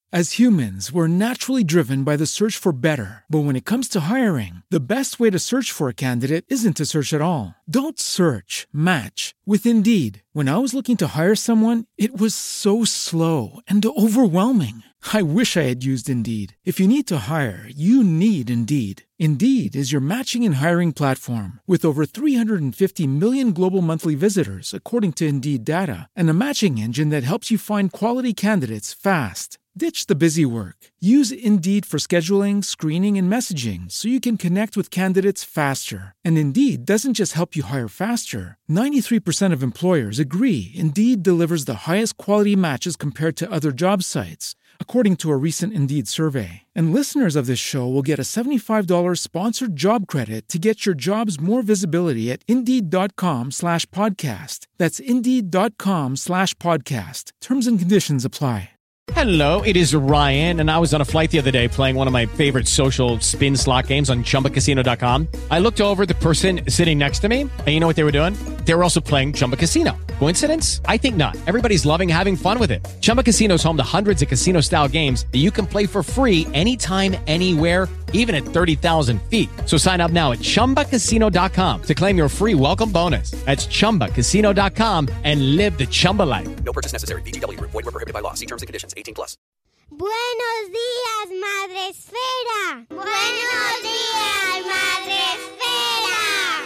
As humans, we're naturally driven by the search for better. But when it comes to hiring, the best way to search for a candidate isn't to search at all. Don't search, match with Indeed. When I was looking to hire someone, it was so slow and overwhelming. I wish I had used Indeed. If you need to hire, you need Indeed. Indeed is your matching and hiring platform with over 350 million global monthly visitors, according to Indeed data, and a matching engine that helps you find quality candidates fast. Ditch the busy work. Use Indeed for scheduling, screening, and messaging so you can connect with candidates faster. And Indeed doesn't just help you hire faster. 93% of employers agree Indeed delivers the highest quality matches compared to other job sites, according to a recent Indeed survey. And listeners of this show will get a $75 sponsored job credit to get your jobs more visibility at Indeed.com/podcast. That's Indeed.com/podcast. Terms and conditions apply. Hello, it is Ryan, and I was on a flight the other day playing one of my favorite social spin slot games on ChumbaCasino.com. I looked over at the person sitting next to me, and you know what they were doing? They were also playing Chumba Casino. Coincidence? I think not. Everybody's loving having fun with it. Chumba Casino is home to hundreds of casino-style games that you can play for free anytime, anywhere, even at 30,000 feet. So sign up now at ChumbaCasino.com to claim your free welcome bonus. That's ChumbaCasino.com and live the Chumba life. No purchase necessary. VGW. Void where prohibited by law. See terms and conditions. 18+. Buenos días, Madre Esfera. Buenos días, Madre Esfera.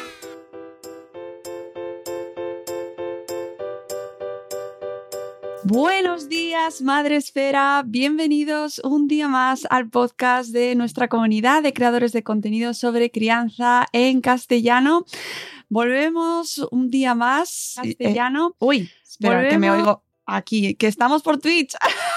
Buenos días, Madre Esfera. Bienvenidos un día más al podcast de nuestra comunidad de creadores de contenido sobre crianza en castellano. Volvemos un día más. Castellano. Espera, que me oigo aquí, que estamos por Twitch.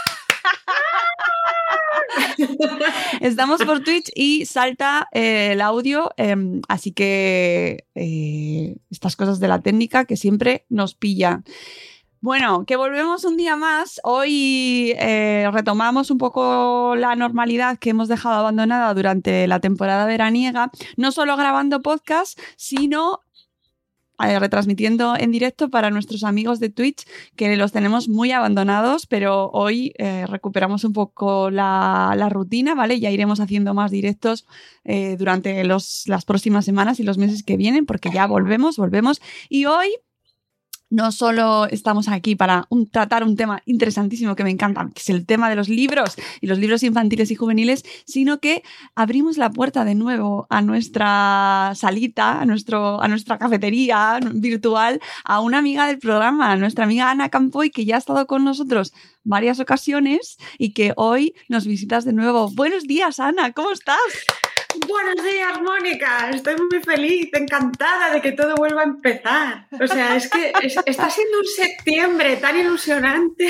Estamos por Twitch y salta el audio, así que estas cosas de la técnica que siempre nos pillan. Bueno, que volvemos un día más. Hoy retomamos un poco la normalidad que hemos dejado abandonada durante la temporada veraniega, no solo grabando podcast, sino retransmitiendo en directo para nuestros amigos de Twitch, que los tenemos muy abandonados, pero hoy recuperamos un poco la rutina, ¿vale? Ya iremos haciendo más directos durante las próximas semanas y los meses que vienen, porque ya volvemos. Y hoy no solo estamos aquí para tratar un tema interesantísimo que me encanta, que es el tema de los libros y los libros infantiles y juveniles, sino que abrimos la puerta de nuevo a nuestra salita, a nuestra cafetería virtual, a una amiga del programa, a nuestra amiga Ana Campoy, que ya ha estado con nosotros varias ocasiones y que hoy nos visitas de nuevo. Buenos días, Ana, ¿cómo estás? Buenos días, Mónica. Estoy muy feliz, encantada de que todo vuelva a empezar. O sea, es que está siendo un septiembre tan ilusionante.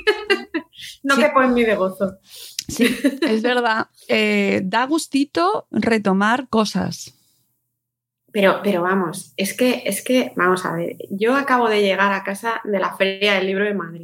No Sí. quepo en mí de gozo. Sí, es verdad. Da gustito retomar cosas. Pero vamos, es que, vamos a ver, yo acabo de llegar a casa de la Feria del Libro de Madrid.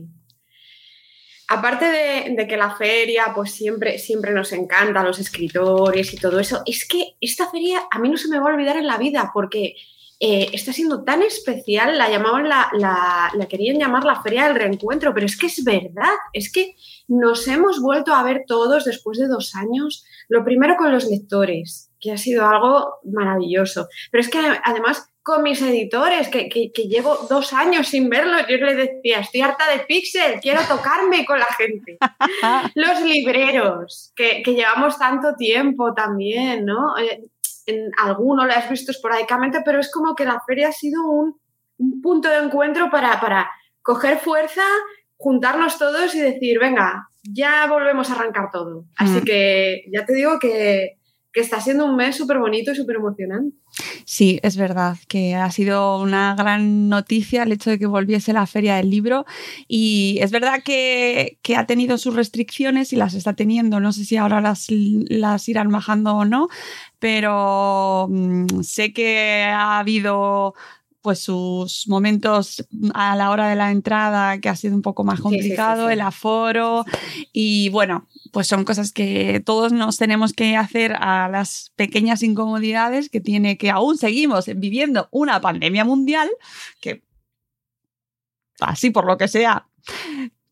Aparte de que la feria pues siempre nos encanta, los escritores y todo eso, es que esta feria a mí no se me va a olvidar en la vida porque está siendo tan especial, la querían llamar la Feria del Reencuentro, pero es que es verdad, es que nos hemos vuelto a ver todos después de 2 años, lo primero con los lectores, que ha sido algo maravilloso, pero es que además con mis editores, que llevo 2 años sin verlos, yo les decía, estoy harta de Pixel, quiero tocarme con la gente. Los libreros, que llevamos tanto tiempo también, ¿no? En alguno lo has visto esporádicamente, pero es como que la feria ha sido un punto de encuentro para coger fuerza, juntarnos todos y decir, venga, ya volvemos a arrancar todo. Así que ya te digo que está siendo un mes súper bonito y súper emocionante. Sí, es verdad que ha sido una gran noticia el hecho de que volviese la Feria del Libro y es verdad que ha tenido sus restricciones y las está teniendo. No sé si ahora las irán bajando o no, pero sé que ha habido pues sus momentos a la hora de la entrada que ha sido un poco más complicado, sí. El aforo y bueno, pues son cosas que todos nos tenemos que hacer a las pequeñas incomodidades que tiene que aún seguimos viviendo una pandemia mundial que así por lo que sea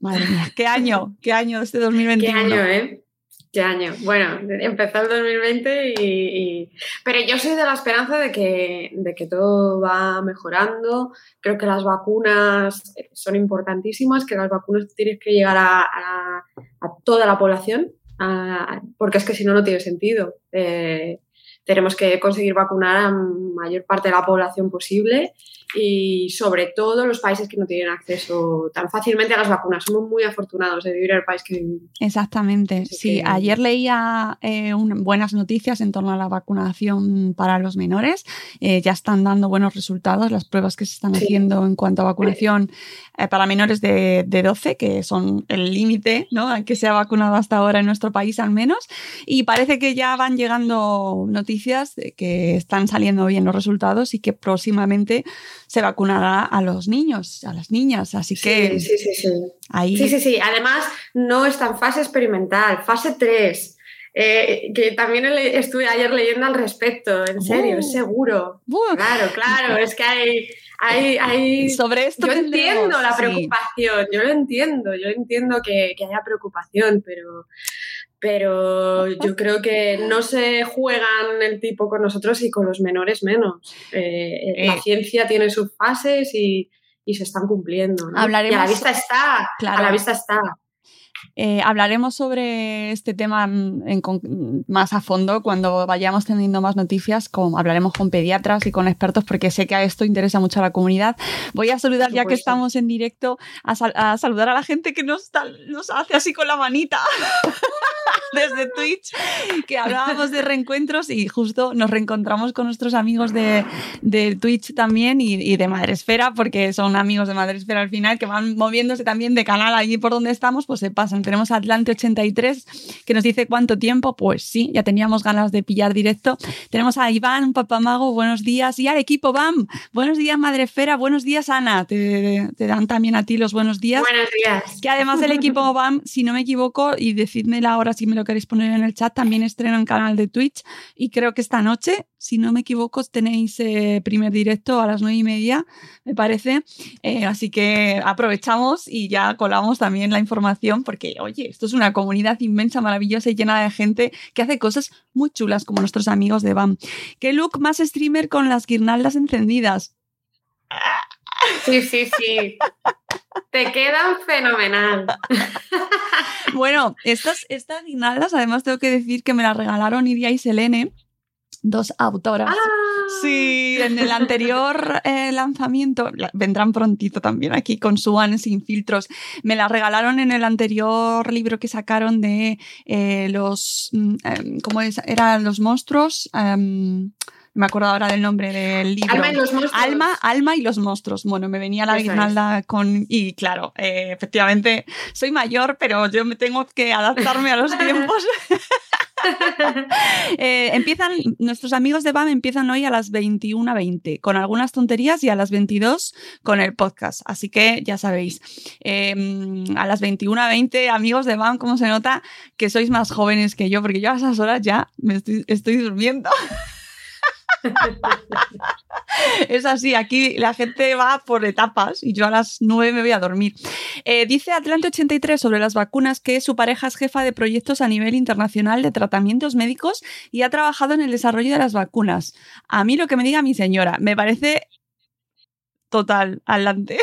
Madre mía, qué año este 2021. Qué año, ¿eh? Qué año. Bueno, empezó el 2020 pero yo soy de la esperanza de que todo va mejorando. Creo que las vacunas son importantísimas, que las vacunas tienen que llegar a toda la población, porque es que si no, no tiene sentido. Tenemos que conseguir vacunar a mayor parte de la población posible y sobre todo los países que no tienen acceso tan fácilmente a las vacunas. Somos muy afortunados de vivir en el país que vivimos. Exactamente. Así sí, que... ayer leía buenas noticias en torno a la vacunación para los menores. Ya están dando buenos resultados las pruebas que se están haciendo en cuanto a vacunación para menores de 12, que son el límite, ¿no?, al que se ha vacunado hasta ahora en nuestro país al menos. Y parece que ya van llegando noticias de que están saliendo bien los resultados y que próximamente se vacunará a los niños, a las niñas. Así que... Sí. Ahí... Sí. Además, no está en fase experimental, fase 3. Que también estuve ayer leyendo al respecto. En serio, es seguro. Claro. Es que hay... Sobre esto yo tendremos, entiendo la preocupación. Yo lo entiendo. Yo entiendo que haya preocupación, pero yo creo que no se juegan el tipo con nosotros y con los menores menos. La ciencia tiene sus fases y se están cumpliendo, ¿no? Hablaremos... Y a la vista está. Claro. A la vista está. Hablaremos sobre este tema más a fondo cuando vayamos teniendo más noticias. Hablaremos con pediatras y con expertos porque sé que a esto interesa mucho a la comunidad. Voy a saludar, ya que estamos en directo, a saludar a la gente que nos hace así con la manita desde Twitch, que hablábamos de reencuentros y justo nos reencontramos con nuestros amigos de Twitch también y de Madresfera, porque son amigos de Madresfera al final, que van moviéndose también de canal allí por donde estamos, pues se pasan. Tenemos a Atlante83 que nos dice ¿cuánto tiempo? Pues sí, ya teníamos ganas de pillar directo. Tenemos a Iván, Papamago, buenos días, y al equipo BAM, buenos días Madresfera, buenos días Ana, te dan también a ti los buenos días. Buenos días. Que además del equipo BAM, si no me equivoco, y decidmela ahora si me lo queréis poner en el chat, también estrenan canal de Twitch y creo que esta noche, si no me equivoco, tenéis primer directo a las 9:30, me parece. Así que aprovechamos y ya colamos también la información porque, oye, esto es una comunidad inmensa, maravillosa y llena de gente que hace cosas muy chulas como nuestros amigos de BAM. ¿Qué look más streamer con las guirnaldas encendidas? Sí. Te quedan fenomenal. Bueno, estas guirnaldas, además tengo que decir que me las regalaron Iria y Selene, dos autoras. Sí, en el anterior lanzamiento, vendrán prontito también aquí con Suan sin filtros, me la regalaron en el anterior libro que sacaron de ¿cómo es? Eran los monstruos... me acuerdo ahora del nombre del libro. Alma y los monstruos. Alma y los monstruos. Bueno, me venía la guirnalda con... Y claro, efectivamente, soy mayor, pero yo me tengo que adaptarme a los tiempos. Nuestros amigos de BAM empiezan hoy a las 21:20 con algunas tonterías y a las 22 con el podcast. Así que ya sabéis, a las 21:20, amigos de BAM, cómo se nota que sois más jóvenes que yo, porque yo a esas horas ya estoy durmiendo. Es así, aquí la gente va por etapas y yo a las 9 me voy a dormir. Dice Atlante83 sobre las vacunas que su pareja es jefa de proyectos a nivel internacional de tratamientos médicos y ha trabajado en el desarrollo de las vacunas. A mí lo que me diga mi señora, me parece total, adelante.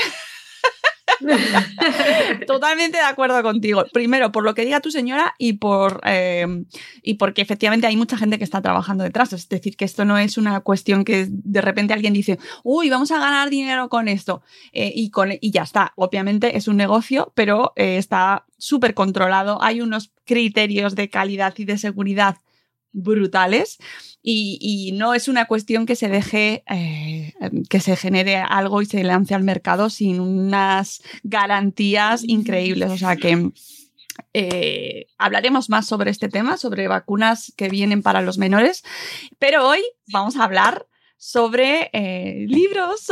Totalmente de acuerdo contigo. Primero, por lo que diga tu señora y porque efectivamente hay mucha gente que está trabajando detrás. Es decir, que esto no es una cuestión que de repente alguien dice, uy, vamos a ganar dinero con esto. Y ya está. Obviamente es un negocio, pero está súper controlado. Hay unos criterios de calidad y de seguridad brutales y no es una cuestión que se deje que se genere algo y se lance al mercado sin unas garantías increíbles. O sea que hablaremos más sobre este tema, sobre vacunas que vienen para los menores, pero hoy vamos a hablar sobre libros.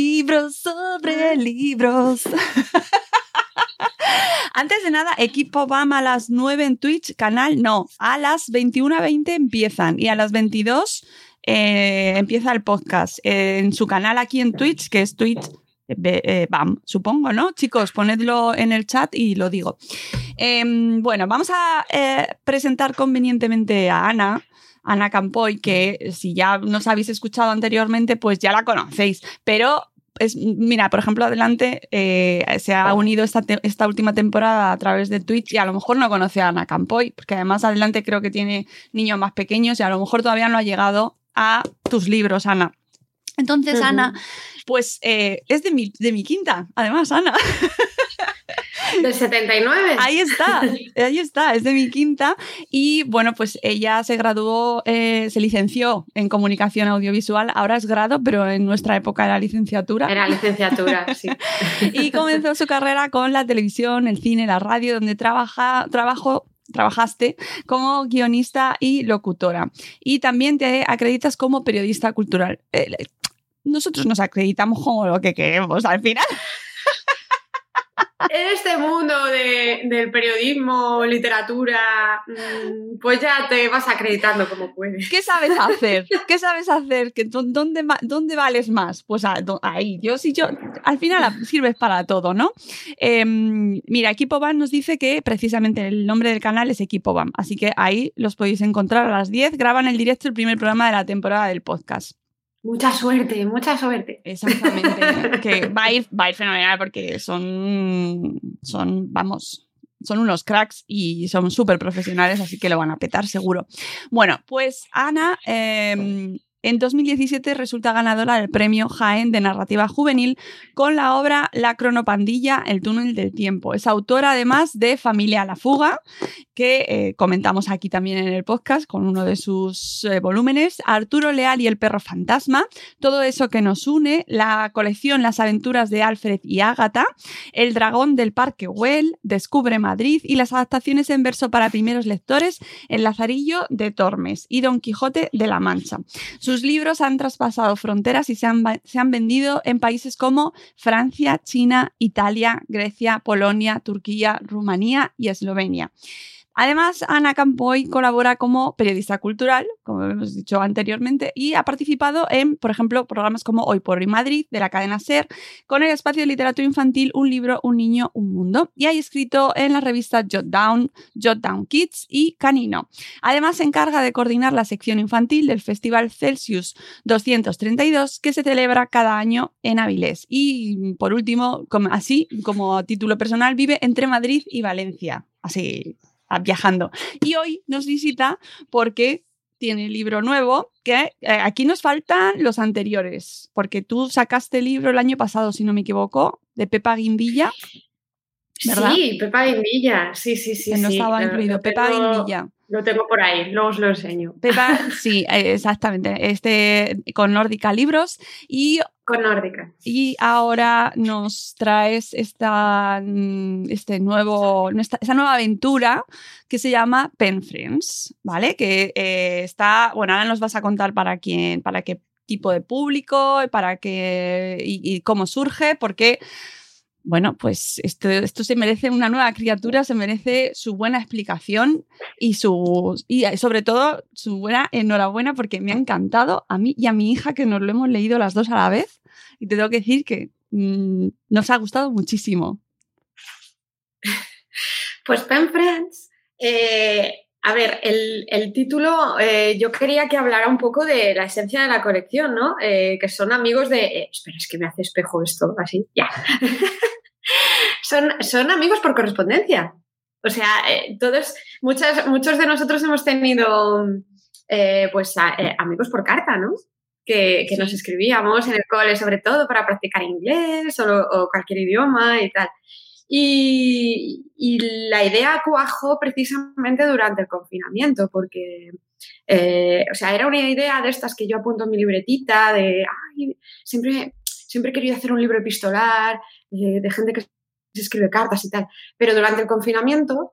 Antes de nada, equipo BAM a las 9 en Twitch, canal no, a las 21:20 empiezan y a las 22 empieza el podcast en su canal aquí en Twitch, que es Twitch BAM, supongo, ¿no? Chicos, ponedlo en el chat y lo digo. Bueno, vamos a presentar convenientemente a Ana Campoy, que si ya nos habéis escuchado anteriormente, pues ya la conocéis, pero mira, por ejemplo, Adelante se ha unido esta última temporada a través de Twitch y a lo mejor no conoce a Ana Campoy, porque además Adelante creo que tiene niños más pequeños y a lo mejor todavía no ha llegado a tus libros, Ana. Entonces, Ana, pues es de mi quinta, además, Ana. ¿Del 79? Ahí está, es de mi quinta. Y bueno, pues ella se graduó, se licenció en comunicación audiovisual, ahora es grado, pero en nuestra época era licenciatura. Era licenciatura, sí. Y comenzó su carrera con la televisión, el cine, la radio, donde trabajaste como guionista y locutora. Y también te acreditas como periodista cultural. Nosotros nos acreditamos como lo que queremos al final. En este mundo del periodismo, literatura, pues ya te vas acreditando como puedes. ¿Qué sabes hacer? ¿Dónde vales más? Pues ahí. Yo, al final sirves para todo, ¿no? Mira, Equipo BAM nos dice que precisamente el nombre del canal es Equipo BAM, así que ahí los podéis encontrar a las 10. Graban el directo el primer programa de la temporada del podcast. Mucha suerte, mucha suerte. Exactamente, que va a ir fenomenal porque son unos cracks y son súper profesionales, así que lo van a petar seguro. Bueno, pues Ana en 2017 resulta ganadora del premio Jaén de narrativa juvenil con la obra La cronopandilla, el túnel del tiempo. Es autora además de Familia a la fuga, que comentamos aquí también en el podcast con uno de sus volúmenes, Arturo Leal y el perro fantasma, Todo eso que nos une, la colección Las aventuras de Alfred y Ágata, El dragón del parque Güell, Descubre Madrid y las adaptaciones en verso para primeros lectores, El Lazarillo de Tormes y Don Quijote de la Mancha. Sus libros han traspasado fronteras y se han vendido en países como Francia, China, Italia, Grecia, Polonia, Turquía, Rumanía y Eslovenia. Además, Ana Campoy colabora como periodista cultural, como hemos dicho anteriormente, y ha participado en, por ejemplo, programas como Hoy por Hoy Madrid, de la cadena SER, con el espacio de literatura infantil Un libro, un niño, un mundo, y ha escrito en las revistas Jot Down Kids y Canino. Además, se encarga de coordinar la sección infantil del Festival Celsius 232, que se celebra cada año en Avilés. Y, por último, como título personal, vive entre Madrid y Valencia, así viajando. Y hoy nos visita porque tiene libro nuevo, que aquí nos faltan los anteriores, porque tú sacaste el libro el año pasado, si no me equivoco, de Pepa Guindilla, ¿verdad? Sí, Pepa Guindilla, sí. Que no estaba incluido, Pepa Guindilla. Lo tengo por ahí, luego os lo enseño. Pepa, sí, exactamente, con Nórdica Libros con Nórdica. Y ahora nos traes esa nueva aventura que se llama Pen Friends, ¿vale? Que ahora nos vas a contar para qué tipo de público, y cómo surge, porque bueno, pues esto se merece una nueva criatura, se merece su buena explicación y sobre todo su buena enhorabuena, porque me ha encantado a mí y a mi hija, que nos lo hemos leído las dos a la vez, y te tengo que decir que nos ha gustado muchísimo. Pues Pen Friends, a ver, el título, yo quería que hablara un poco de la esencia de la colección, ¿no? Que son amigos de... espera, es que me hace espejo esto, así, ya. Son amigos por correspondencia. O sea, muchos de nosotros hemos tenido amigos por carta, ¿no? Que sí, nos escribíamos en el cole, sobre todo para practicar inglés o cualquier idioma y tal. Y la idea cuajó precisamente durante el confinamiento, porque era una idea de estas que yo apunto en mi libretita, de siempre he querido hacer un libro epistolar, de gente que se escribe cartas y tal. Pero durante el confinamiento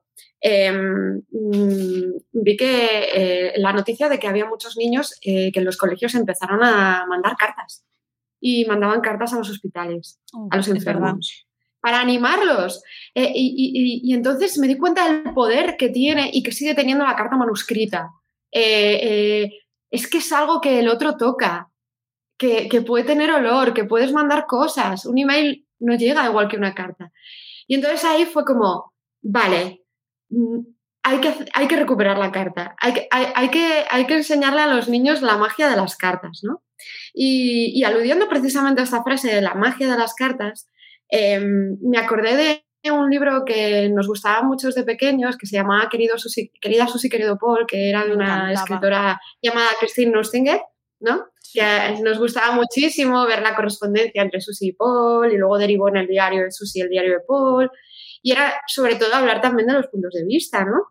vi que la noticia de que había muchos niños que en los colegios empezaron a mandar cartas, y mandaban cartas a los hospitales, a los enfermos, para animarlos. Y entonces me di cuenta del poder que tiene y que sigue teniendo la carta manuscrita. Es que es algo que el otro toca, que puede tener olor, que puedes mandar cosas. Un email no llega igual que una carta. Y entonces ahí fue como, vale, hay que recuperar la carta, hay que enseñarle a los niños la magia de las cartas, ¿no? Y aludiendo precisamente a esta frase de la magia de las cartas, me acordé de un libro que nos gustaba mucho desde pequeños, que se llamaba Querida Susi, Querido Paul, que era de una escritora llamada Christine Nustinger, ¿no? Que nos gustaba muchísimo ver la correspondencia entre Susi y Paul, y luego derivó en el diario de Susi el diario de Paul, y era sobre todo hablar también de los puntos de vista, ¿no?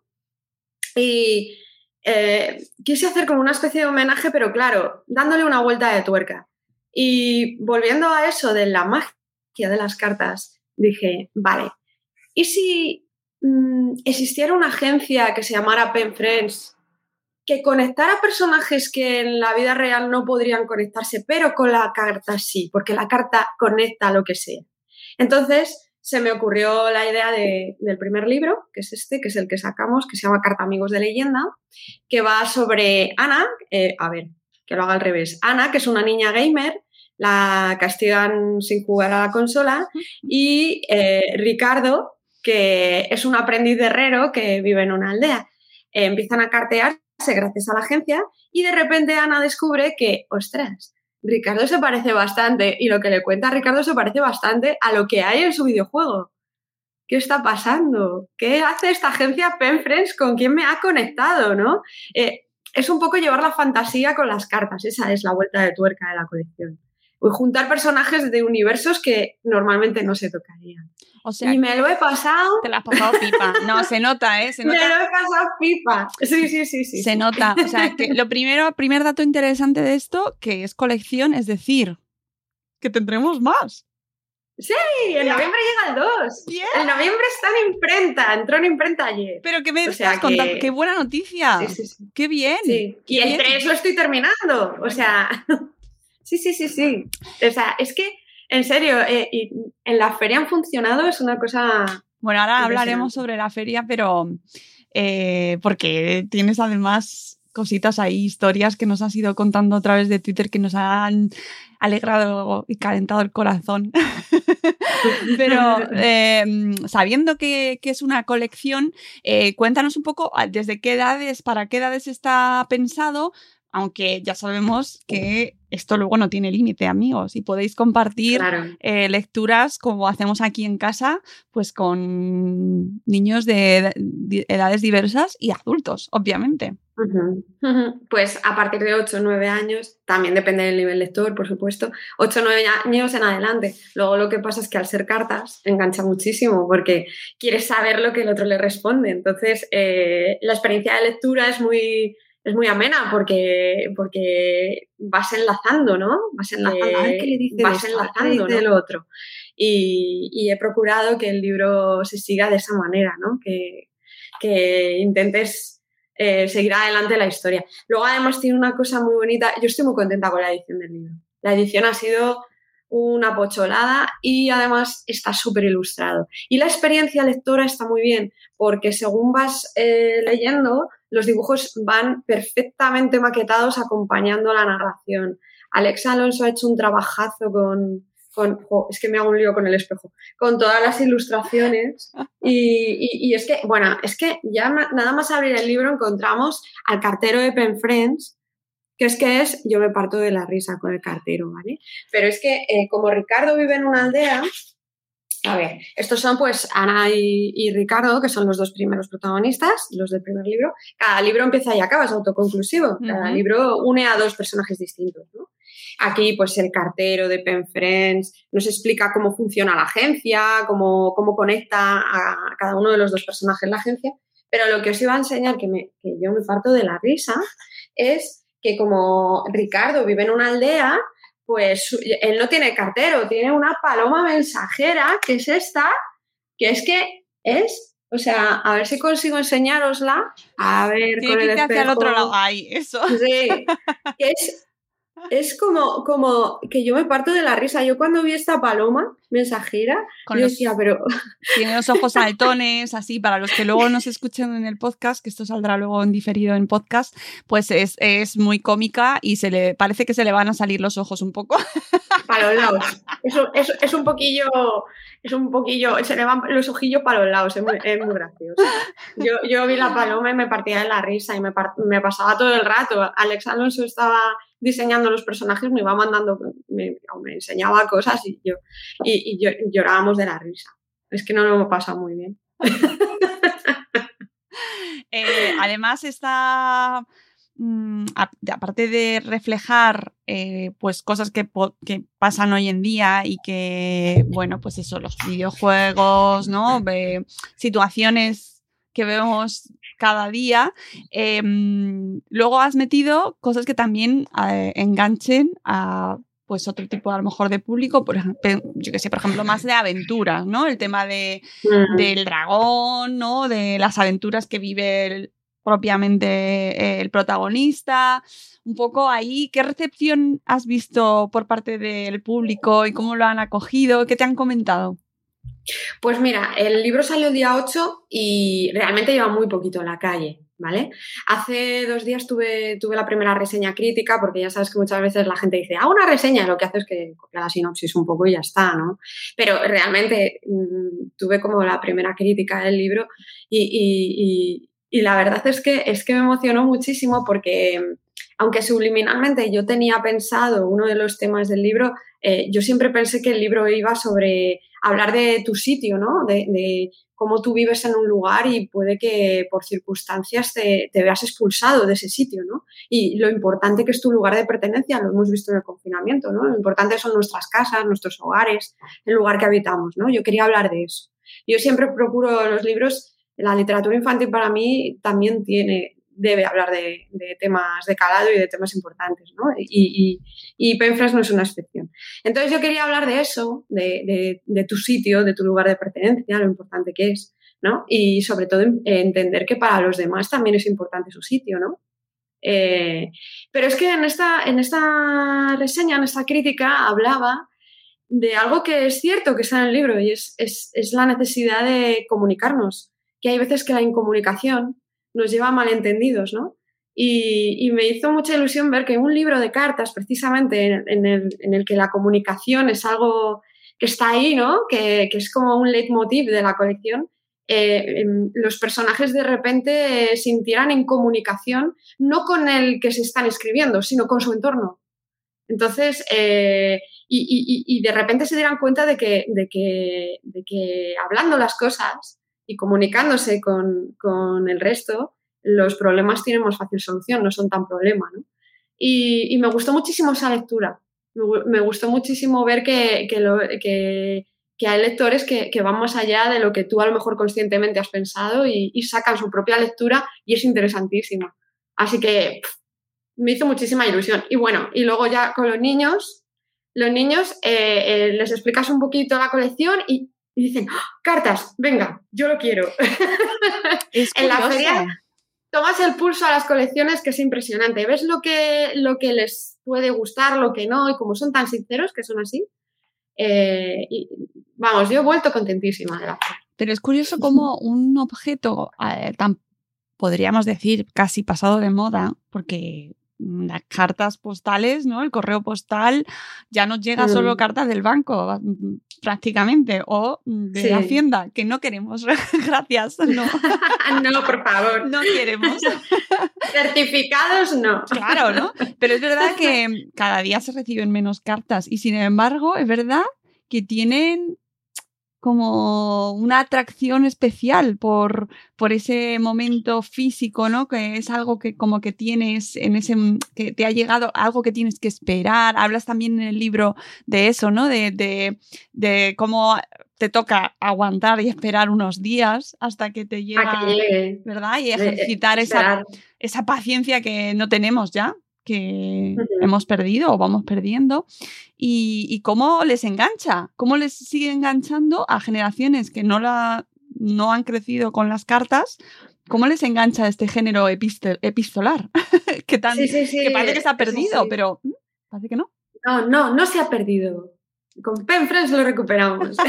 Y quise hacer como una especie de homenaje, pero claro, dándole una vuelta de tuerca. Y volviendo a eso de la magia de las cartas, dije, vale, ¿y si existiera una agencia que se llamara Pen Friends, que conectara personajes que en la vida real no podrían conectarse, pero con la carta sí, porque la carta conecta lo que sea? Entonces se me ocurrió la idea del primer libro, que es este, que es el que sacamos, que se llama Carta Amigos de Leyenda, que va sobre Ana, que lo haga al revés, Ana, que es una niña gamer, la castigan sin jugar a la consola, y Ricardo, que es un aprendiz de herrero que vive en una aldea. Empiezan a cartearse gracias a la agencia y de repente Ana descubre que, ostras, Ricardo se parece bastante, y lo que le cuenta a Ricardo se parece bastante a lo que hay en su videojuego. ¿Qué está pasando? ¿Qué hace esta agencia Pen Friends? ¿Con quién me ha conectado, no? Es un poco llevar la fantasía con las cartas. Esa es la vuelta de tuerca de la colección. Juntar personajes de universos que normalmente no se tocarían. O sea, y me lo he pasado... Te lo has pasado pipa. No, se nota, ¿eh? Se nota. Me lo he pasado pipa. Sí. Se nota. O sea, que primer dato interesante de esto, que es colección, es decir, que tendremos más. Sí, en noviembre llega el 2. Bien. En noviembre está en imprenta, entró en imprenta ayer. Pero que me estás contando, qué buena noticia. Sí. Qué bien. Sí. Y el 3 lo estoy terminando. O sea, sí. O sea, es que, en serio, y en la feria han funcionado, es una cosa... Bueno, ahora hablaremos sobre la feria, pero porque tienes además cositas ahí, historias que nos has ido contando a través de Twitter que nos han alegrado y calentado el corazón. Pero sabiendo que es una colección, cuéntanos un poco desde qué edades, para qué edades está pensado, aunque ya sabemos que esto luego no tiene límite, amigos, y podéis compartir lecturas como hacemos aquí en casa, pues con niños de edades diversas y adultos, obviamente. Pues a partir de 8 o 9 años, también depende del nivel lector, por supuesto, 8 o 9 años en adelante. Luego lo que pasa es que al ser cartas engancha muchísimo porque quieres saber lo que el otro le responde. Entonces la experiencia de lectura es muy amena porque vas enlazando, ¿no? Vas enlazando, ¿no? Lo otro. Y he procurado que el libro se siga de esa manera, ¿no? Que intentes seguir adelante la historia. Luego además tiene una cosa muy bonita. Yo estoy muy contenta con la edición del libro. La edición ha sido una pocholada y además está súper ilustrado. Y la experiencia lectora está muy bien porque según vas leyendo, los dibujos van perfectamente maquetados acompañando la narración. Alexa Alonso ha hecho un trabajazo es que me hago un lío con el espejo, con todas las ilustraciones y es que, bueno, es que ya nada más abrir el libro encontramos al cartero de Pen Friends, yo me parto de la risa con el cartero, ¿vale? Pero es que como Ricardo vive en una aldea, a ver, estos son pues Ana y Ricardo, que son los dos primeros protagonistas, los del primer libro. Cada libro empieza y acaba, es autoconclusivo. Cada libro une a dos personajes distintos, ¿no? Aquí, pues, el cartero de Pen Friends nos explica cómo funciona la agencia, cómo conecta a cada uno de los dos personajes la agencia. Pero lo que os iba a enseñar, que yo me parto de la risa, es que como Ricardo vive en una aldea, pues él no tiene cartero, tiene una paloma mensajera, que es esta, o sea, a ver si consigo enseñárosla. A ver, sí, con el espejo. hacia el otro lado. Ay, eso. Sí, es Es como que yo me parto de la risa. Yo cuando vi esta paloma mensajera, yo decía, pero... Tiene los ojos saltones, así, para los que luego nos escuchen en el podcast, que esto saldrá luego en diferido en podcast, pues es muy cómica y parece que se le van a salir los ojos un poco. Para los lados. Es un poquillo, se le van los ojillos para los lados, es muy gracioso. Yo vi la paloma y me partía de la risa y me pasaba todo el rato. Alex Alonso estaba diseñando los personajes, me iba mandando, me enseñaba cosas y llorábamos de la risa. Es que no lo hemos pasado muy bien. Además está... aparte de reflejar pues cosas que pasan hoy en día y que, bueno, pues eso, los videojuegos, ¿no? Situaciones que vemos cada día, luego has metido cosas que también enganchen a pues otro tipo a lo mejor de público, por ejemplo, yo que sé, por ejemplo, más de aventuras, ¿no? El tema del dragón, ¿no? De las aventuras que vive propiamente el protagonista, un poco ahí. ¿Qué recepción has visto por parte del público y cómo lo han acogido? ¿Qué te han comentado? Pues mira, el libro salió el día 8 y realmente lleva muy poquito en la calle, ¿vale? Hace 2 días tuve la primera reseña crítica, porque ya sabes que muchas veces la gente dice, una reseña, y lo que hace es que copia la sinopsis un poco y ya está, ¿no? Pero realmente tuve como la primera crítica del libro y la verdad es que me emocionó muchísimo porque, aunque subliminalmente yo tenía pensado uno de los temas del libro, yo siempre pensé que el libro iba sobre hablar de tu sitio, ¿no? De cómo tú vives en un lugar y puede que por circunstancias te veas expulsado de ese sitio, ¿no? Y lo importante que es tu lugar de pertenencia, lo hemos visto en el confinamiento, ¿no? Lo importante son nuestras casas, nuestros hogares, el lugar que habitamos, ¿no? Yo quería hablar de eso. Yo siempre procuro los libros. La literatura infantil para mí también debe hablar de temas de calado y de temas importantes, ¿no? Y Penfres no es una excepción. Entonces yo quería hablar de eso, de tu sitio, de tu lugar de pertenencia, lo importante que es, ¿no? Y sobre todo entender que para los demás también es importante su sitio, ¿no? Pero es que en esta reseña, en esta crítica, hablaba de algo que es cierto que está en el libro y es la necesidad de comunicarnos. Que hay veces que la incomunicación nos lleva a malentendidos, ¿no? Y me hizo mucha ilusión ver que un libro de cartas, precisamente en el que la comunicación es algo que está ahí, ¿no? Que es como un leitmotiv de la colección, los personajes de repente sintieran en comunicación, no con el que se están escribiendo, sino con su entorno. Entonces, y de repente se dieran cuenta de que hablando las cosas y comunicándose con el resto, los problemas tienen más fácil solución, no son tan problema, ¿no? Y me gustó muchísimo esa lectura. Me gustó muchísimo ver que hay lectores que van más allá de lo que tú a lo mejor conscientemente has pensado y sacan su propia lectura y es interesantísimo. Así que me hizo muchísima ilusión. Y bueno, y luego ya con los niños les explicas un poquito la colección y dicen, ¡oh, cartas! Venga, yo lo quiero. Es en la feria tomas el pulso a las colecciones, que es impresionante. Ves lo que les puede gustar, lo que no, y como son tan sinceros, que son así. Y, vamos, yo he vuelto contentísima de la feria. Pero es curioso cómo un objeto tan, podríamos decir, casi pasado de moda, porque las cartas postales, ¿no? El correo postal ya nos llega solo cartas del banco, prácticamente, o de la Hacienda, que no queremos. Gracias, no. No, por favor. No queremos. Certificados, no. Claro, ¿no? Pero es verdad que cada día se reciben menos cartas y, sin embargo, es verdad que tienen como una atracción especial por ese momento físico, ¿no? Que es algo que como que tienes que te ha llegado, algo que tienes que esperar. Hablas también en el libro de eso, ¿no? De cómo te toca aguantar y esperar unos días hasta que te llega, ¿verdad? Y ejercitar esa paciencia que no tenemos ya, que hemos perdido o vamos perdiendo, y cómo les engancha, cómo les sigue enganchando a generaciones que no han crecido con las cartas, cómo les engancha este género epistolar, que parece que se ha perdido, pero... Parece que no. No se ha perdido. Con Penfriends lo recuperamos.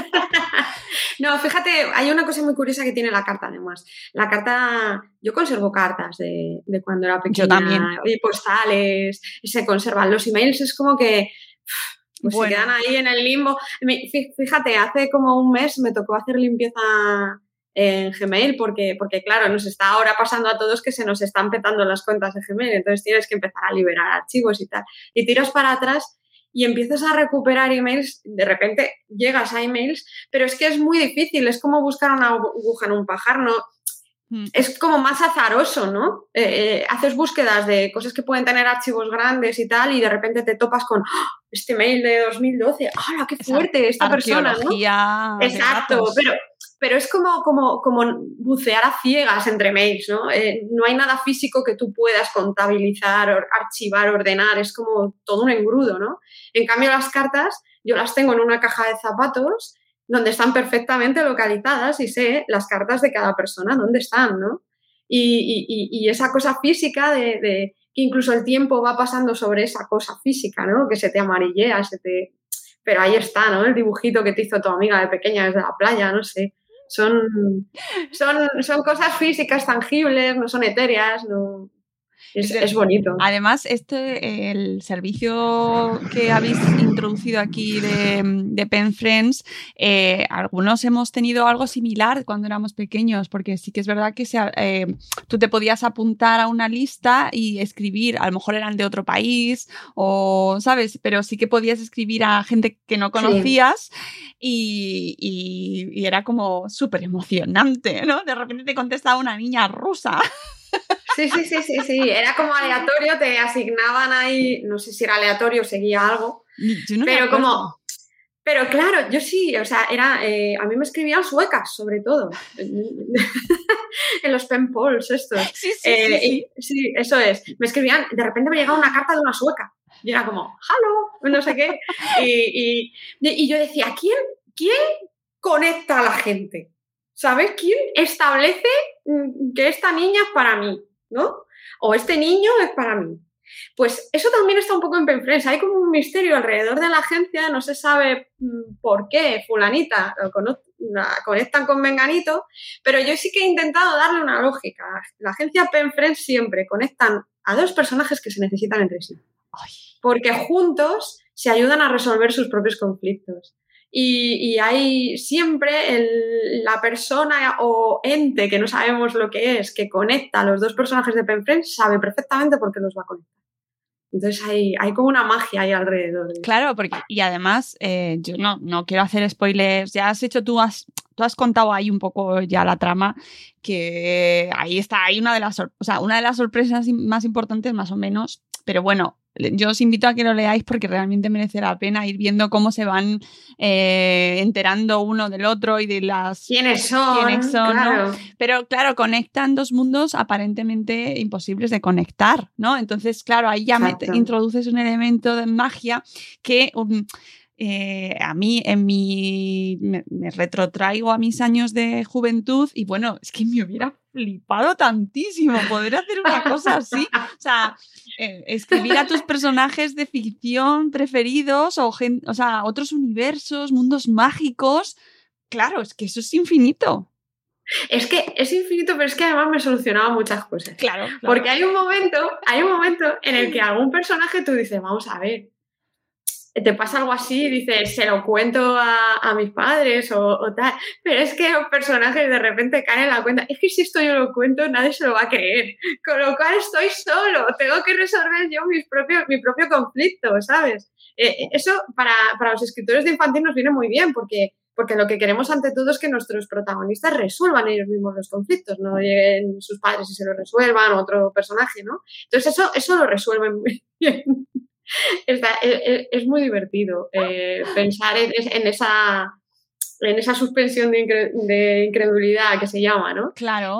No, fíjate, hay una cosa muy curiosa que tiene la carta, además. La carta, yo conservo cartas de cuando era pequeña. Yo también. Y postales, se conservan. Los emails es como que pues se quedan ahí en el limbo. Fíjate, hace como un mes me tocó hacer limpieza en Gmail porque claro, nos está ahora pasando a todos que se nos están petando las cuentas de Gmail, entonces tienes que empezar a liberar archivos y tal. Y tiras para atrás y empiezas a recuperar emails, de repente llegas a emails, pero es que es muy difícil, es como buscar una aguja en un pajar, ¿no? Es como más azaroso, ¿no? Haces búsquedas de cosas que pueden tener archivos grandes y tal, y de repente te topas con este mail de 2012, ¡hala, qué fuerte esta persona!, ¿no? Exacto, pero es como bucear a ciegas entre mails, ¿no? No hay nada físico que tú puedas contabilizar, archivar, ordenar, es como todo un engrudo, ¿no? En cambio, las cartas yo las tengo en una caja de zapatos donde están perfectamente localizadas y sé las cartas de cada persona, dónde están, ¿no? Y esa cosa física de que incluso el tiempo va pasando sobre esa cosa física, ¿no? Que se te amarillea, pero ahí está, ¿no? El dibujito que te hizo tu amiga de pequeña desde la playa, no sé. Son cosas físicas, tangibles, no son etéreas, no... Es bonito. Además, el servicio que habéis introducido aquí de Penfriends, algunos hemos tenido algo similar cuando éramos pequeños, porque sí que es verdad que tú te podías apuntar a una lista y escribir, a lo mejor eran de otro país, o ¿sabes? Pero sí que podías escribir a gente que no conocías, sí. y era como súper emocionante, ¿no? De repente te contestaba una niña rusa. Sí, era como aleatorio, te asignaban ahí, no sé si era aleatorio o seguía algo, pero claro, yo sí, o sea, a mí me escribían suecas, sobre todo, en los pen pals estos. Sí, eso es, me escribían, de repente me llegaba una carta de una sueca, y era como, hello, no sé qué, y yo decía, ¿quién conecta a la gente? ¿Sabes? ¿Quién establece que esta niña es para mí, ¿no? O este niño es para mí. Pues eso también está un poco en Penfriends. Hay como un misterio alrededor de la agencia, no se sabe por qué fulanita la conectan con menganito, pero yo sí que he intentado darle una lógica. La agencia Penfriends siempre conectan a dos personajes que se necesitan entre sí. Porque juntos se ayudan a resolver sus propios conflictos. Y hay siempre la persona o ente que no sabemos lo que es, que conecta a los dos personajes de Penfriends, sabe perfectamente por qué los va a conectar. Entonces hay como una magia ahí alrededor. Claro, y además yo no quiero hacer spoilers, ya tú has contado ahí un poco ya la trama, que ahí está, hay una de las sorpresas más importantes más o menos, pero bueno, yo os invito a que lo leáis porque realmente merece la pena ir viendo cómo se van enterando uno del otro y de quiénes son, claro. ¿no? Pero claro, conectan dos mundos aparentemente imposibles de conectar, ¿no? Entonces, claro, ahí ya introduces un elemento de magia que a mí me retrotraigo a mis años de juventud y bueno, es que me hubiera flipado tantísimo poder hacer una cosa así, o sea, escribir a tus personajes de ficción preferidos o sea, otros universos, mundos mágicos, claro, es que eso es infinito. Es que es infinito, pero es que además me solucionaba muchas cosas. Claro. Porque hay un momento en el que algún personaje tú dices, vamos a ver, te pasa algo así, dices, se lo cuento a mis padres o tal, pero es que los personajes de repente caen en la cuenta, es que si esto yo lo cuento nadie se lo va a creer, con lo cual estoy solo, tengo que resolver yo mi propio conflicto, ¿sabes? Eso para los escritores de infantil nos viene muy bien porque lo que queremos ante todo es que nuestros protagonistas resuelvan ellos mismos los conflictos, no lleguen sus padres y se lo resuelvan, otro personaje, ¿no? Entonces eso lo resuelven muy bien. Es muy divertido pensar en esa suspensión de incredulidad que se llama, ¿no? Claro.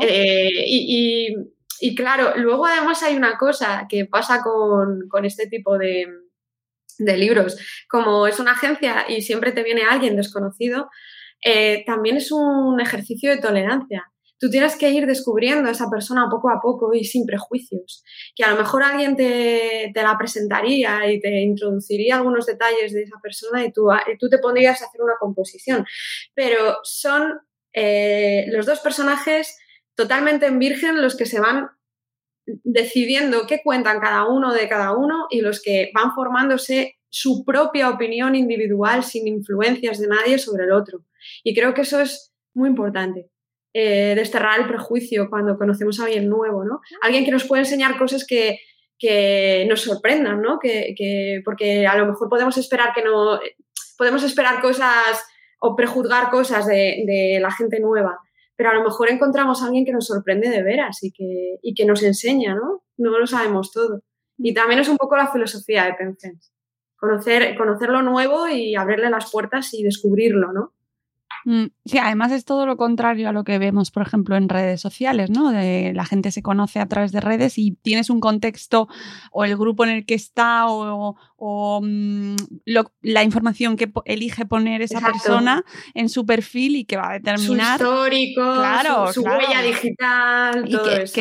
Y claro, luego además hay una cosa que pasa con este tipo de libros. Como es una agencia y siempre te viene alguien desconocido, también es un ejercicio de tolerancia. tú tienes que ir descubriendo a esa persona poco a poco y sin prejuicios. Que a lo mejor alguien te la presentaría y te introduciría algunos detalles de esa persona y tú te pondrías a hacer una composición. Pero son los dos personajes totalmente en virgen los que se van decidiendo qué cuentan cada uno de cada uno y los que van formándose su propia opinión individual sin influencias de nadie sobre el otro. Y creo que eso es muy importante, desterrar el prejuicio cuando conocemos a alguien nuevo, ¿no? Alguien que nos puede enseñar cosas que nos sorprendan, ¿no? Porque a lo mejor podemos esperar cosas o prejuzgar cosas de la gente nueva, pero a lo mejor encontramos a alguien que nos sorprende de veras y que nos enseña, ¿no? No lo sabemos todo. Y también es un poco la filosofía de Pen Friends. Conocer lo nuevo y abrirle las puertas y descubrirlo, ¿no? Sí, además es todo lo contrario a lo que vemos, por ejemplo, en redes sociales, ¿no? La gente se conoce a través de redes y tienes un contexto o el grupo en el que está la información que elige poner esa Exacto. persona en su perfil y que va a determinar... Su histórico, su huella digital, todo eso.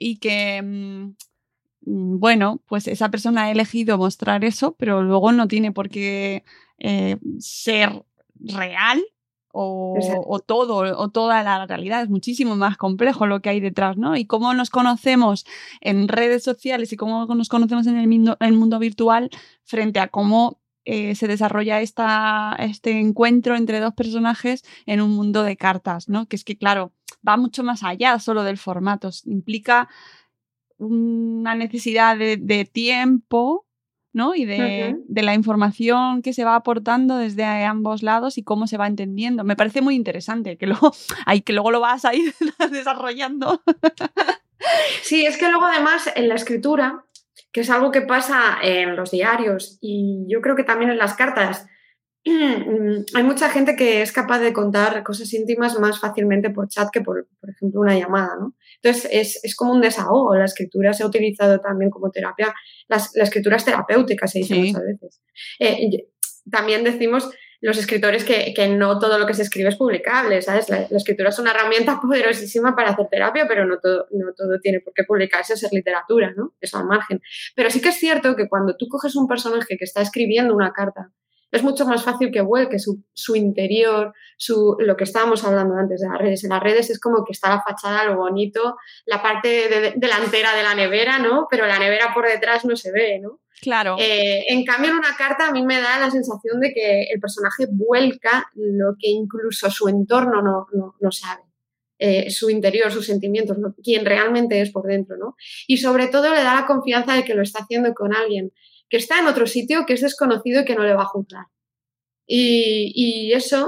Bueno, pues esa persona ha elegido mostrar eso, pero luego no tiene por qué ser real o toda la realidad. Es muchísimo más complejo lo que hay detrás, ¿no? Y cómo nos conocemos en redes sociales y cómo nos conocemos en el mundo virtual frente a cómo se desarrolla este encuentro entre dos personajes en un mundo de cartas, ¿no? Que es que, claro, va mucho más allá solo del formato. Implica una necesidad de tiempo, ¿no? Y de la información que se va aportando desde ambos lados y cómo se va entendiendo. Me parece muy interesante que luego lo vas a ir desarrollando. Sí, es que luego además en la escritura, que es algo que pasa en los diarios y yo creo que también en las cartas, hay mucha gente que es capaz de contar cosas íntimas más fácilmente por chat que por ejemplo, una llamada, ¿no? Entonces, es como un desahogo. La escritura se ha utilizado también como terapia. La escritura es terapéutica, se dice muchas veces. También decimos los escritores que no todo lo que se escribe es publicable, ¿sabes? La escritura es una herramienta poderosísima para hacer terapia, pero no todo tiene por qué publicarse o ser literatura, ¿no? Eso al margen. Pero sí que es cierto que cuando tú coges un personaje que está escribiendo una carta, es mucho más fácil que vuelque su interior, lo que estábamos hablando antes de las redes. En las redes es como que está la fachada, lo bonito, la parte delantera de la nevera, ¿no? Pero la nevera por detrás no se ve, ¿no? Claro. En cambio, en una carta a mí me da la sensación de que el personaje vuelca lo que incluso su entorno no sabe. Su interior, sus sentimientos, quién realmente es por dentro, ¿no? Y sobre todo le da la confianza de que lo está haciendo con alguien que está en otro sitio, que es desconocido y que no le va a juzgar. Y eso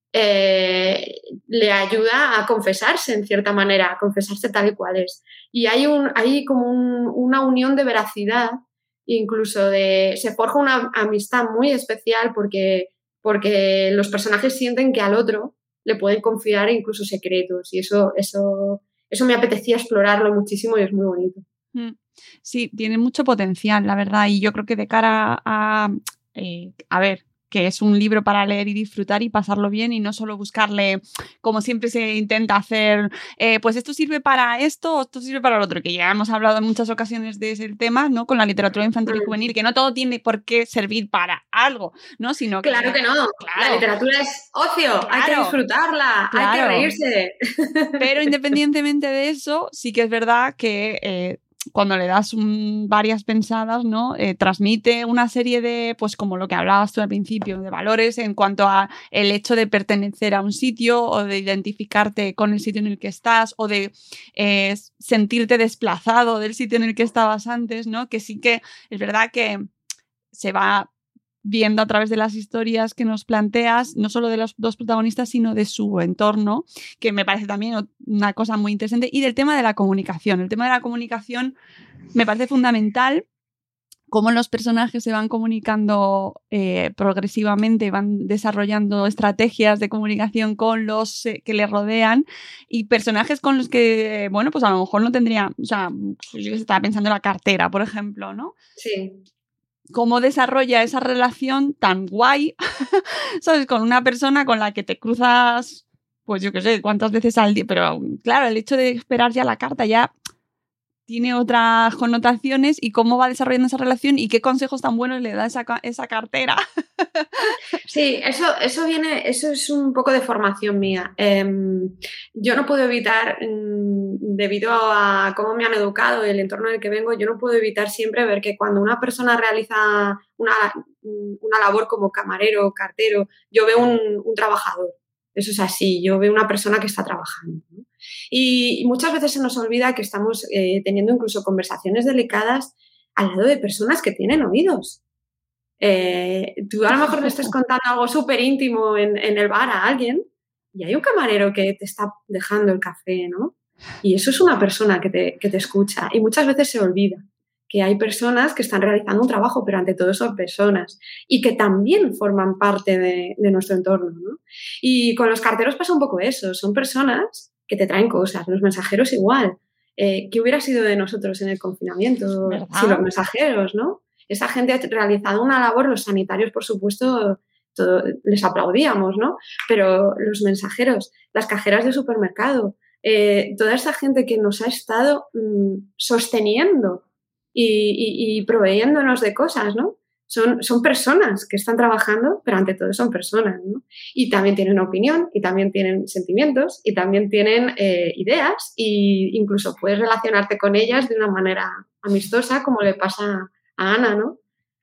le ayuda a confesarse, en cierta manera, a confesarse tal y cual es. Y hay como una unión de veracidad, incluso se forja una amistad muy especial porque los personajes sienten que al otro le pueden confiar incluso secretos. Y eso me apetecía explorarlo muchísimo y es muy bonito. Sí, tiene mucho potencial, la verdad, y yo creo que de cara a ver, que es un libro para leer y disfrutar y pasarlo bien y no solo buscarle, como siempre se intenta hacer, pues esto sirve para esto o esto sirve para lo otro, que ya hemos hablado en muchas ocasiones de ese tema, ¿no? Con la literatura infantil y juvenil, que no todo tiene por qué servir para algo, ¿no? Sino que, claro que no, claro. La literatura es ocio, claro, hay que disfrutarla, claro, hay que reírse. Pero independientemente de eso, sí que es verdad que cuando le das varias pensadas, ¿no? Transmite una serie de, pues como lo que hablabas tú al principio, de valores en cuanto a el hecho de pertenecer a un sitio o de identificarte con el sitio en el que estás o de sentirte desplazado del sitio en el que estabas antes, ¿no? Que sí que es verdad que se va viendo a través de las historias que nos planteas, no solo de los dos protagonistas, sino de su entorno, que me parece también una cosa muy interesante, y del tema de la comunicación. El tema de la comunicación me parece fundamental, cómo los personajes se van comunicando progresivamente, van desarrollando estrategias de comunicación con los que les rodean y personajes con los que, bueno, pues a lo mejor no tendría, o sea, yo estaba pensando en la cartera, por ejemplo, ¿no? Sí. Cómo desarrolla esa relación tan guay, ¿sabes? Con una persona con la que te cruzas pues yo qué sé, cuántas veces al día. Pero claro, el hecho de esperar ya la carta ya tiene otras connotaciones y cómo va desarrollando esa relación y qué consejos tan buenos le da esa cartera. Sí, eso es un poco de formación mía. Yo no puedo evitar, debido a cómo me han educado y el entorno en el que vengo, yo no puedo evitar siempre ver que cuando una persona realiza una labor como camarero o cartero, yo veo un trabajador. Eso es así, yo veo una persona que está trabajando, ¿no? Y muchas veces se nos olvida que estamos teniendo incluso conversaciones delicadas al lado de personas que tienen oídos. Tú a lo mejor le estás contando algo súper íntimo en el bar a alguien y hay un camarero que te está dejando el café, ¿no? Y eso es una persona que te escucha y muchas veces se olvida que hay personas que están realizando un trabajo, pero ante todo son personas y que también forman parte de nuestro entorno, ¿no? Y con los carteros pasa un poco eso, son personas que te traen cosas, los mensajeros igual. ¿Qué hubiera sido de nosotros en el confinamiento sin los mensajeros, no? Esa gente ha realizado una labor, los sanitarios, por supuesto, les aplaudíamos, ¿no? Pero los mensajeros, las cajeras de supermercado, toda esa gente que nos ha estado sosteniendo y proveyéndonos de cosas, ¿no? Son personas que están trabajando, pero ante todo son personas, ¿no? Y también tienen opinión, y también tienen sentimientos, y también tienen ideas, e incluso puedes relacionarte con ellas de una manera amistosa, como le pasa a Ana, ¿no?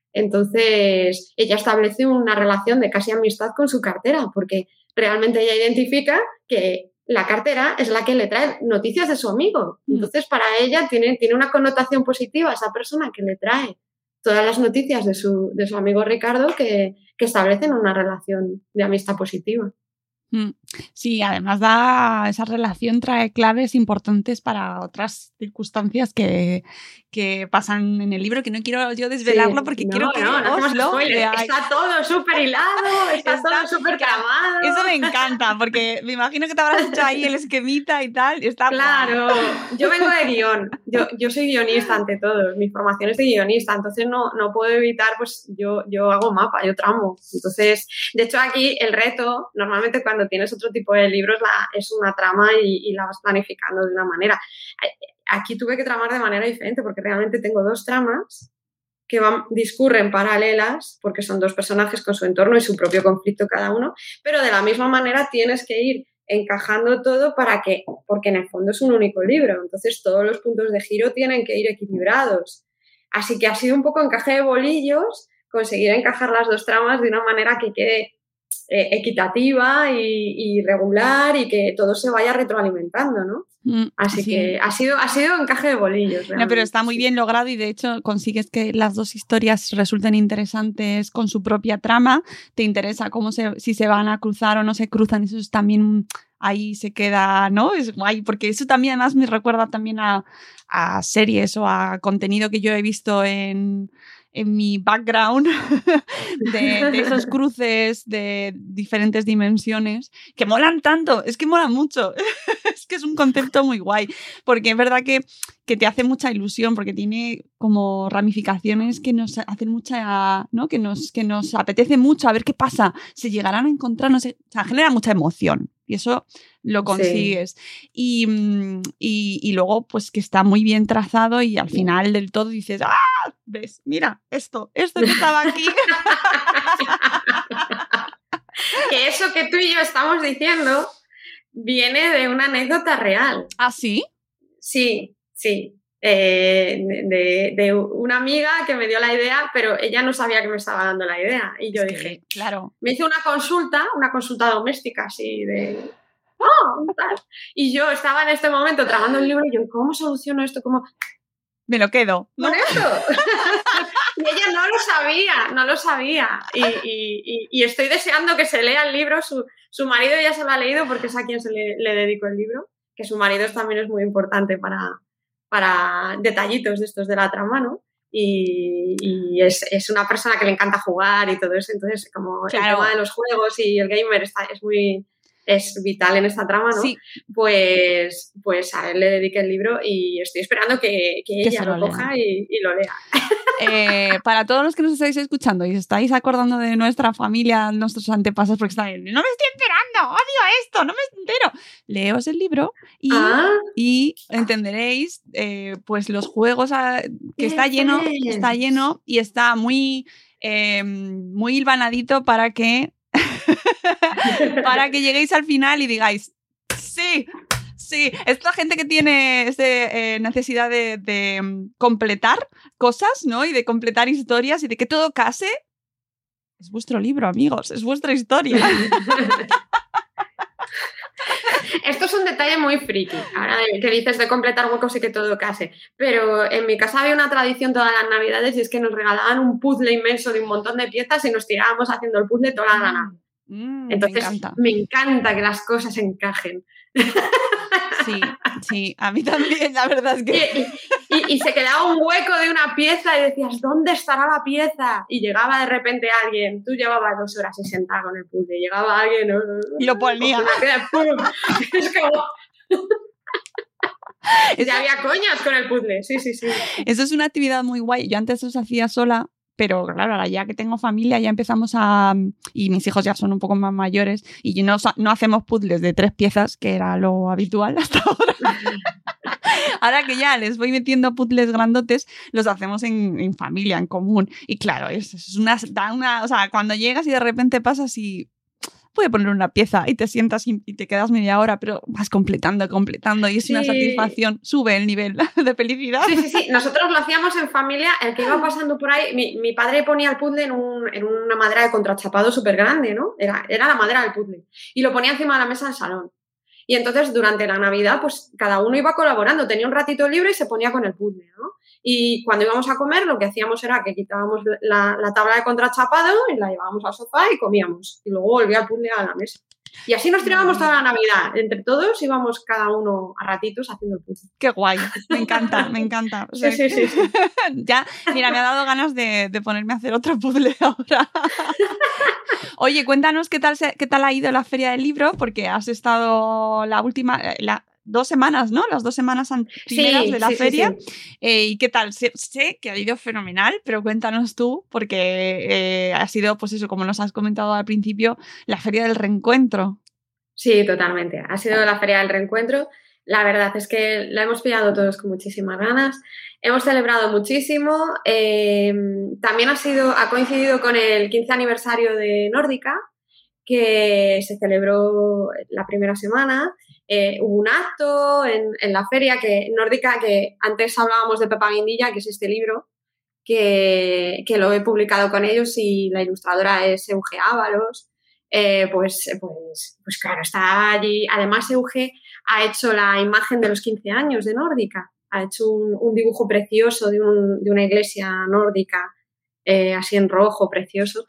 Entonces, ella establece una relación de casi amistad con su cartera, porque realmente ella identifica que la cartera es la que le trae noticias de su amigo. Entonces, para ella tiene una connotación positiva esa persona que le trae todas las noticias de su amigo Ricardo que establecen una relación de amistad positiva. Sí, además esa relación trae claves importantes para otras circunstancias que pasan en el libro, que no quiero yo desvelarlo porque quiero que os lo veáis. Está todo súper hilado, está todo súper tramado. Eso me encanta, porque me imagino que te habrás hecho ahí el esquemita y tal. Claro, yo vengo de guión, yo soy guionista ante todo, mi formación es de guionista, entonces no puedo evitar, pues yo hago mapa, yo tramo. Entonces, de hecho aquí el reto, normalmente cuando tienes otro tipo de libros es una trama y la vas planificando de una manera. Aquí tuve que tramar de manera diferente porque realmente tengo dos tramas que discurren paralelas porque son dos personajes con su entorno y su propio conflicto cada uno, pero de la misma manera tienes que ir encajando todo porque en el fondo es un único libro, entonces todos los puntos de giro tienen que ir equilibrados. Así que ha sido un poco encaje de bolillos conseguir encajar las dos tramas de una manera que quede equitativa y regular y que todo se vaya retroalimentando, ¿no? Así que ha sido encaje de bolillos. No, pero está muy bien logrado y de hecho consigues que las dos historias resulten interesantes con su propia trama. Te interesa si se van a cruzar o no se cruzan. Eso es también ahí se queda, ¿no? Es guay porque eso también además me recuerda también a series o a contenido que yo he visto en mi background de esos cruces de diferentes dimensiones que molan tanto, es que molan mucho, es que es un concepto muy guay, porque es verdad que te hace mucha ilusión, porque tiene como ramificaciones que nos hacen mucha, ¿no? que nos apetece mucho a ver qué pasa, se llegarán a encontrar, no sé, o sea, genera mucha emoción. Y eso lo consigues. Sí. Y luego, pues que está muy bien trazado y al final del todo dices, ¡ah! ¿Ves? Mira, esto que estaba aquí. Que eso que tú y yo estamos diciendo viene de una anécdota real. ¿Ah, sí? Sí. De una amiga que me dio la idea, pero ella no sabía que me estaba dando la idea. Y yo dije, claro. Me hice una consulta doméstica así de... tal. Y yo estaba en este momento tramando el libro y yo, ¿cómo soluciono esto? ¿Cómo? Me lo quedo, ¿no? Con esto. Y ella no lo sabía. Y estoy deseando que se lea el libro. Su marido ya se lo ha leído porque es a quien se le dedico el libro, que su marido también es muy importante para detallitos de estos de la trama, ¿no? Y es una persona que le encanta jugar y todo eso, entonces como claro. El tema de los juegos y el gamer es muy es vital en esta trama, ¿no? Sí. Pues a él le dediqué el libro y estoy esperando que ella lo coja y lo lea. Para todos los que nos estáis escuchando y os estáis acordando de nuestra familia, nuestros antepasados, porque están no me estoy enterando, odio esto, no me entero. Leos el libro y entenderéis pues los juegos que está lleno y está muy hilvanadito para que lleguéis al final y digáis sí, esta gente que tiene necesidad de completar cosas, ¿no? Y de completar historias y de que todo case, es vuestro libro, amigos, es vuestra historia. Esto es un detalle muy friki, ahora que dices de completar huecos y que todo case, pero en mi casa había una tradición todas las navidades y es que nos regalaban un puzzle inmenso de un montón de piezas y nos tirábamos haciendo el puzzle toda la Navidad. Entonces me encanta que las cosas encajen. Sí, a mí también, la verdad es que... Y se quedaba un hueco de una pieza y decías, ¿dónde estará la pieza? Y llegaba de repente alguien, tú llevabas 2 horas y sentada con el puzzle, llegaba alguien y lo ponía. Es como... Ya había coñas con el puzzle, sí. Eso es una actividad muy guay. Yo antes los hacía sola, pero claro, ahora ya que tengo familia ya empezamos y mis hijos ya son un poco más mayores y no hacemos puzzles de 3 piezas, que era lo habitual hasta ahora. Ahora que ya les voy metiendo puzzles grandotes, los hacemos en familia, en común. Y claro, es una, o sea, cuando llegas y de repente pasas y puede poner una pieza y te sientas y te quedas media hora, pero vas completando y es una satisfacción, sube el nivel de felicidad. Sí. Nosotros lo hacíamos en familia, el que iba pasando por ahí, mi padre ponía el puzzle en una madera de contrachapado súper grande, ¿no? Era la madera del puzzle. Y lo ponía encima de la mesa del salón. Y entonces durante la Navidad, pues cada uno iba colaborando, tenía un ratito libre y se ponía con el puzzle, ¿no? Y cuando íbamos a comer, lo que hacíamos era que quitábamos la tabla de contrachapado y la llevábamos al sofá y comíamos. Y luego volvía el puzzle a la mesa. Y así nos tirábamos toda la Navidad. Entre todos íbamos cada uno a ratitos haciendo el puzzle. ¡Qué guay! Me encanta. O sea, sí. Ya, mira, me ha dado ganas de ponerme a hacer otro puzzle ahora. Oye, cuéntanos qué tal ha ido la Feria del Libro, porque has estado la última... 2 semanas, ¿no? Las 2 semanas primeras de la feria. Sí. ¿Y qué tal? Sé que ha ido fenomenal, pero cuéntanos tú, porque ha sido, pues eso, como nos has comentado al principio, la Feria del Reencuentro. Sí, totalmente. Ha sido la Feria del Reencuentro. La verdad es que la hemos pillado todos con muchísimas ganas. Hemos celebrado muchísimo. También ha coincidido con el 15 aniversario de Nórdica, que se celebró la primera semana. Hubo un acto en la feria nórdica, que antes hablábamos de Pepa Guindilla, que es este libro que lo he publicado con ellos y la ilustradora es Euge Ábalos. Pues claro, está allí. Además, Euge ha hecho la imagen de los 15 años de Nórdica. Ha hecho un dibujo precioso de una iglesia nórdica, así en rojo, precioso,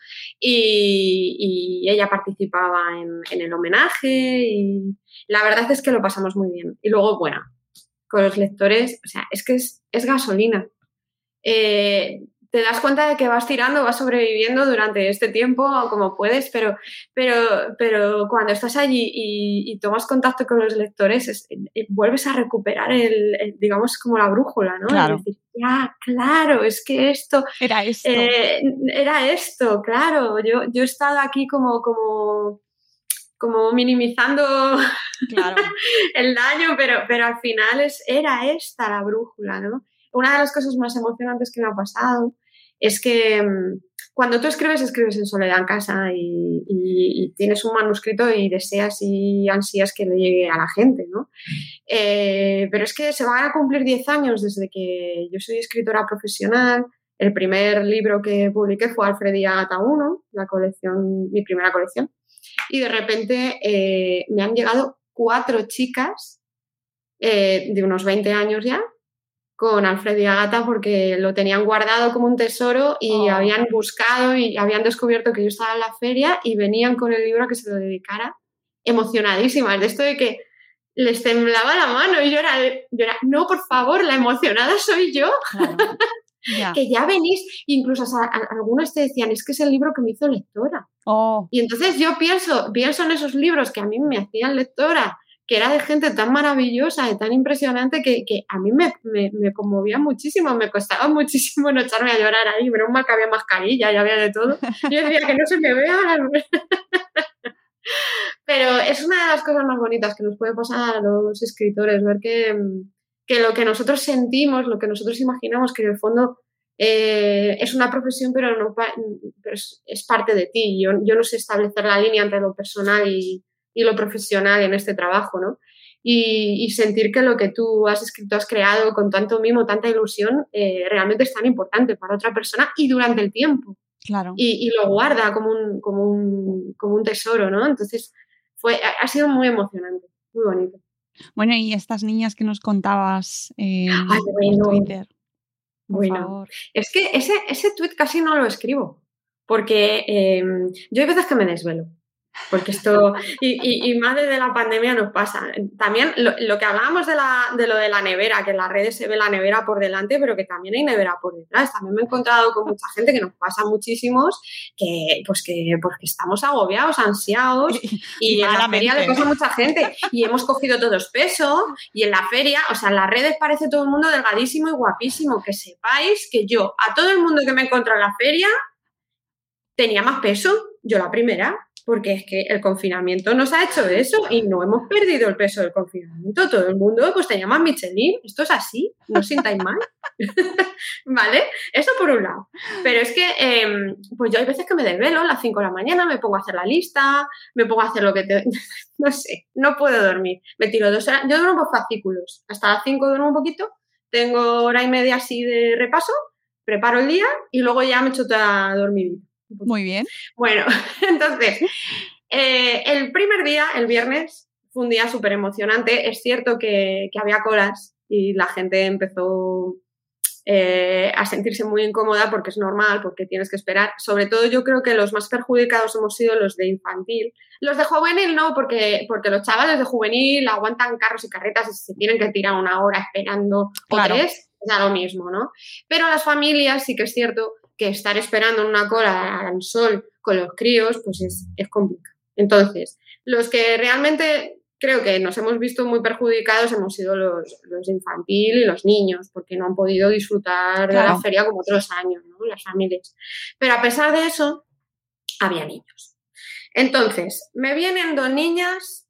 y ella participaba en el homenaje y la verdad es que lo pasamos muy bien. Y luego, bueno, con los lectores, o sea, es que es gasolina. Te das cuenta de que vas sobreviviendo durante este tiempo como puedes, pero cuando estás allí y tomas contacto con los lectores, vuelves a recuperar digamos, como la brújula, ¿no? Claro. Es decir, ya, claro, es que esto... Era esto. Era esto, claro. Yo he estado aquí como minimizando claro. el daño, pero al final era esta la brújula, ¿no? Una de las cosas más emocionantes que me ha pasado es que cuando tú escribes en soledad en casa y tienes un manuscrito y deseas y ansías que le llegue a la gente, ¿no? Pero es que se van a cumplir 10 años desde que yo soy escritora profesional. El primer libro que publiqué fue Alfred y Agatha 1, mi primera colección. Y de repente me han llegado 4 chicas de unos 20 años ya, con Alfred y Agatha, porque lo tenían guardado como un tesoro y habían buscado y habían descubierto que yo estaba en la feria y venían con el libro a que se lo dedicara, emocionadísimas, de esto de que les temblaba la mano y yo era no, por favor, la emocionada soy yo. Claro. Ya. que ya venís, incluso algunos te decían, es que es el libro que me hizo lectora. Oh, Y entonces yo pienso en esos libros que a mí me hacían lectora, que era de gente tan maravillosa y tan impresionante que a mí me conmovía muchísimo, me costaba muchísimo no echarme a llorar ahí, menos mal que había mascarilla y había de todo. Yo decía que no se me vea. Pero es una de las cosas más bonitas que nos puede pasar a los escritores, ver que lo que nosotros sentimos, lo que nosotros imaginamos, que en el fondo es una profesión, pero es parte de ti. Yo no sé establecer la línea entre lo personal y lo profesional en este trabajo, ¿no? Y sentir que lo que tú has escrito, has creado con tanto mimo, tanta ilusión, realmente es tan importante para otra persona y durante el tiempo. claro. Y lo guarda como un tesoro, ¿no? Entonces ha sido muy emocionante, muy bonito. Bueno, y estas niñas que nos contabas Ay, por bueno. Twitter, por Bueno, favor. es que ese tuit casi no lo escribo, porque yo hay veces que me desvelo, porque esto, y más desde la pandemia nos pasa. También lo que hablábamos de lo de la nevera, que en las redes se ve la nevera por delante, pero que también hay nevera por detrás. También me he encontrado con mucha gente, que nos pasa muchísimos, que estamos agobiados, ansiados, y en la feria le pasa a mucha gente, y hemos cogido todos peso, y en la feria, o sea, en las redes parece todo el mundo delgadísimo y guapísimo. Que sepáis que yo, a todo el mundo que me encontré en la feria, tenía más peso, yo la primera, porque es que el confinamiento nos ha hecho eso y no hemos perdido el peso del confinamiento. Todo el mundo pues tenía más Michelin. Esto es así, no os sintáis mal. ¿Vale? Eso por un lado. Pero es que pues yo hay veces que me desvelo a las 5 de la mañana, me pongo a hacer la lista, me pongo a hacer lo que no sé, no puedo dormir. Me tiro 2 horas, yo duermo por fascículos. Hasta las 5 duermo un poquito, tengo hora y media así de repaso, preparo el día y luego ya me echo toda dormidita. Muy bien. Bueno, entonces, el primer día, el viernes, fue un día súper emocionante. Es cierto que había colas y la gente empezó a sentirse muy incómoda, porque es normal, porque tienes que esperar. Sobre todo yo creo que los más perjudicados hemos sido los de infantil. Los de juvenil no, porque los chavales de juvenil aguantan carros y carretas y se tienen que tirar 1 hora esperando, Claro. o 3, ya lo mismo, ¿no? Pero las familias sí que es cierto que estar esperando en una cola al sol con los críos, pues es complicado. Entonces, los que realmente creo que nos hemos visto muy perjudicados hemos sido los de infantil y los niños, porque no han podido disfrutar de la feria como otros años, ¿no? Las familias. Pero a pesar de eso, había niños. Entonces, me vienen 2 niñas,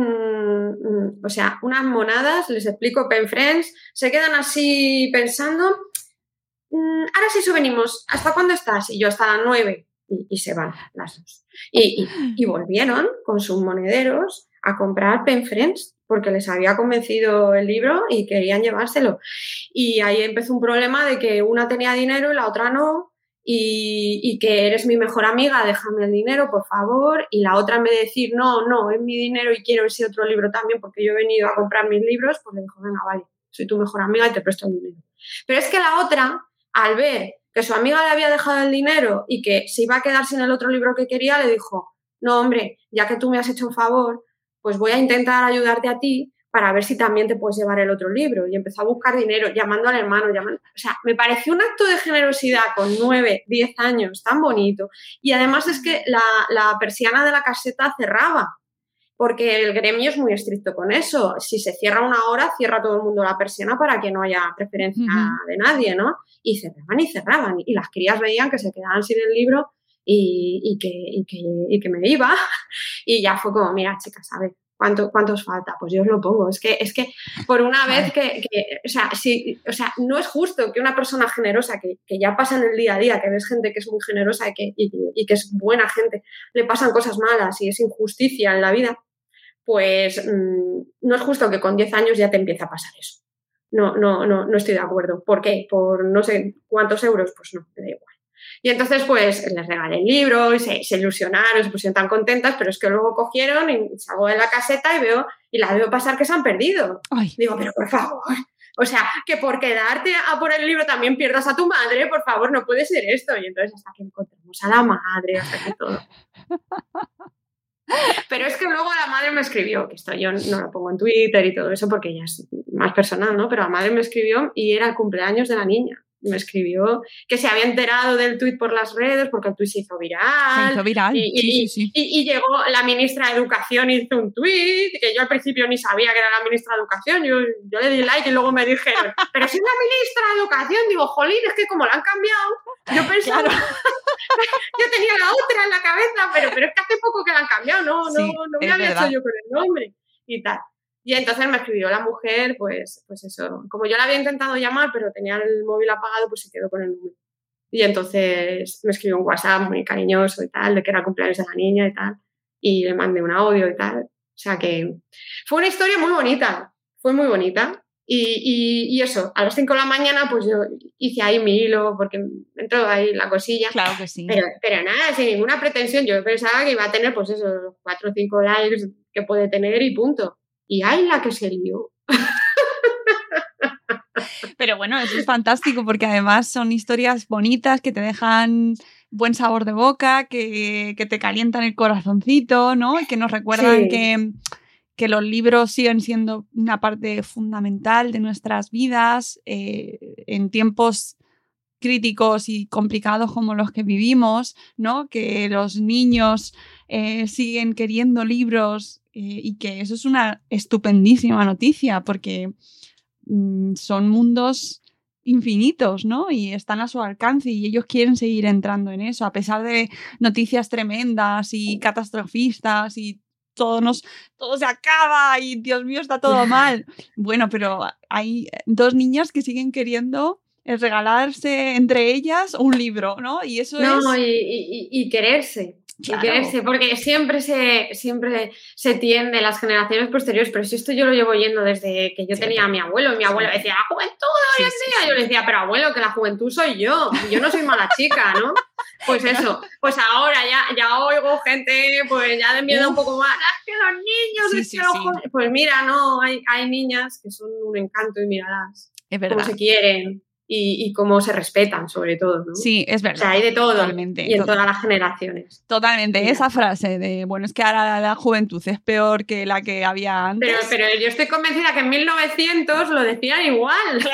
o sea, unas monadas, les explico Pen Friends, se quedan así pensando. Ahora sí venimos, ¿hasta cuándo estás? Y yo hasta las 9, y se van las 2. Y volvieron con sus monederos a comprar Pen Friends, porque les había convencido el libro y querían llevárselo. Y ahí empezó un problema de que una tenía dinero y la otra no, y que eres mi mejor amiga, déjame el dinero, por favor. Y la otra, en vez de decir, no, es mi dinero y quiero ese otro libro también porque yo he venido a comprar mis libros, pues le dijo, venga, vale, soy tu mejor amiga y te presto el dinero. Pero es que la otra, al ver que su amiga le había dejado el dinero y que se iba a quedar sin el otro libro que quería, le dijo, no, hombre, ya que tú me has hecho un favor, pues voy a intentar ayudarte a ti para ver si también te puedes llevar el otro libro. Y empezó a buscar dinero, llamando al hermano, o sea, me pareció un acto de generosidad con 9, 10 años, tan bonito. Y además es que la persiana de la caseta cerraba, porque el gremio es muy estricto con eso. Si se cierra 1 hora, cierra todo el mundo la persiana para que no haya preferencia de nadie, ¿no? Y cerraban. Y las crías veían que se quedaban sin el libro y que me iba. Y ya fue como, mira, chicas, a ver, ¿cuánto os falta? Pues yo os lo pongo. Es que por una vez o sea, no es justo que una persona generosa que ya pasa en el día a día, que ves gente que es muy generosa y que es buena gente, le pasan cosas malas y es injusticia en la vida, pues no es justo que con 10 años ya te empiece a pasar eso. No estoy de acuerdo. ¿Por qué? ¿Por no sé cuántos euros? Pues no, me da igual. Y entonces, pues, les regalé el libro y se ilusionaron, se pusieron tan contentas, pero es que luego cogieron y salgo de la caseta y las veo pasar que se han perdido. Ay. Digo, pero por favor, o sea, que por quedarte a por el libro también pierdas a tu madre, por favor, no puede ser esto. Y entonces hasta que encontramos a la madre, hasta que todo. Pero es que luego la madre me escribió, que esto yo no lo pongo en Twitter y todo eso porque ya es más personal, ¿no? Pero la madre me escribió y era el cumpleaños de la niña. Me escribió que se había enterado del tuit por las redes porque el tuit se hizo viral. Se hizo viral, sí. Y llegó la ministra de Educación y hizo un tuit que yo al principio ni sabía que era la ministra de Educación. Yo le di like y luego me dijeron, pero si es la ministra de Educación. Digo, jolín, es que como la han cambiado, yo pensaba, claro. Yo tenía la otra en la cabeza, pero es que hace poco que la han cambiado, no me había hecho yo con el nombre y tal. Y entonces me escribió la mujer, pues eso. Como yo la había intentado llamar, pero tenía el móvil apagado, pues se quedó con el número. Y entonces me escribió un WhatsApp muy cariñoso y tal, de que era el cumpleaños de la niña y tal. Y le mandé un audio y tal. O sea que fue una historia muy bonita. Fue muy bonita. Y eso, a las 5 de la mañana, pues yo hice ahí mi hilo, porque me entró ahí la cosilla. Claro que sí. Pero nada, sin ninguna pretensión. Yo pensaba que iba a tener, pues eso, 4 o 5 likes que puede tener y punto. Y ¡ay, la que se lió! Pero bueno, eso es fantástico porque además son historias bonitas que te dejan buen sabor de boca, que te calientan el corazoncito, ¿no? Y que nos recuerdan que los libros siguen siendo una parte fundamental de nuestras vidas en tiempos críticos y complicados como los que vivimos, ¿no? Que los niños siguen queriendo libros y que eso es una estupendísima noticia porque son mundos infinitos, ¿no? Y están a su alcance y ellos quieren seguir entrando en eso, a pesar de noticias tremendas y catastrofistas y todo se acaba y Dios mío, está todo mal. Bueno, pero hay 2 niñas que siguen queriendo regalarse entre ellas un libro, ¿no? Y eso es... y quererse. Claro. Y quererse, porque siempre se tiende las generaciones posteriores, pero si esto yo lo llevo yendo desde que yo tenía a mi abuelo, y mi abuelo decía, la juventud hoy en día, yo le decía, pero abuelo, que la juventud soy yo no soy mala chica, ¿no? Pues eso, pues ahora ya oigo gente, pues ya de miedo un poco más, es que los niños, pues mira, no, hay niñas que son un encanto y míralas, es verdad. Cómo se quieren. Y cómo se respetan, sobre todo, ¿no? Sí, es verdad. O sea, hay de todo. Totalmente, y en todas las generaciones. Totalmente. Sí. Esa frase de, bueno, es que ahora la juventud es peor que la que había antes. Pero yo estoy convencida que en 1900 lo decían igual.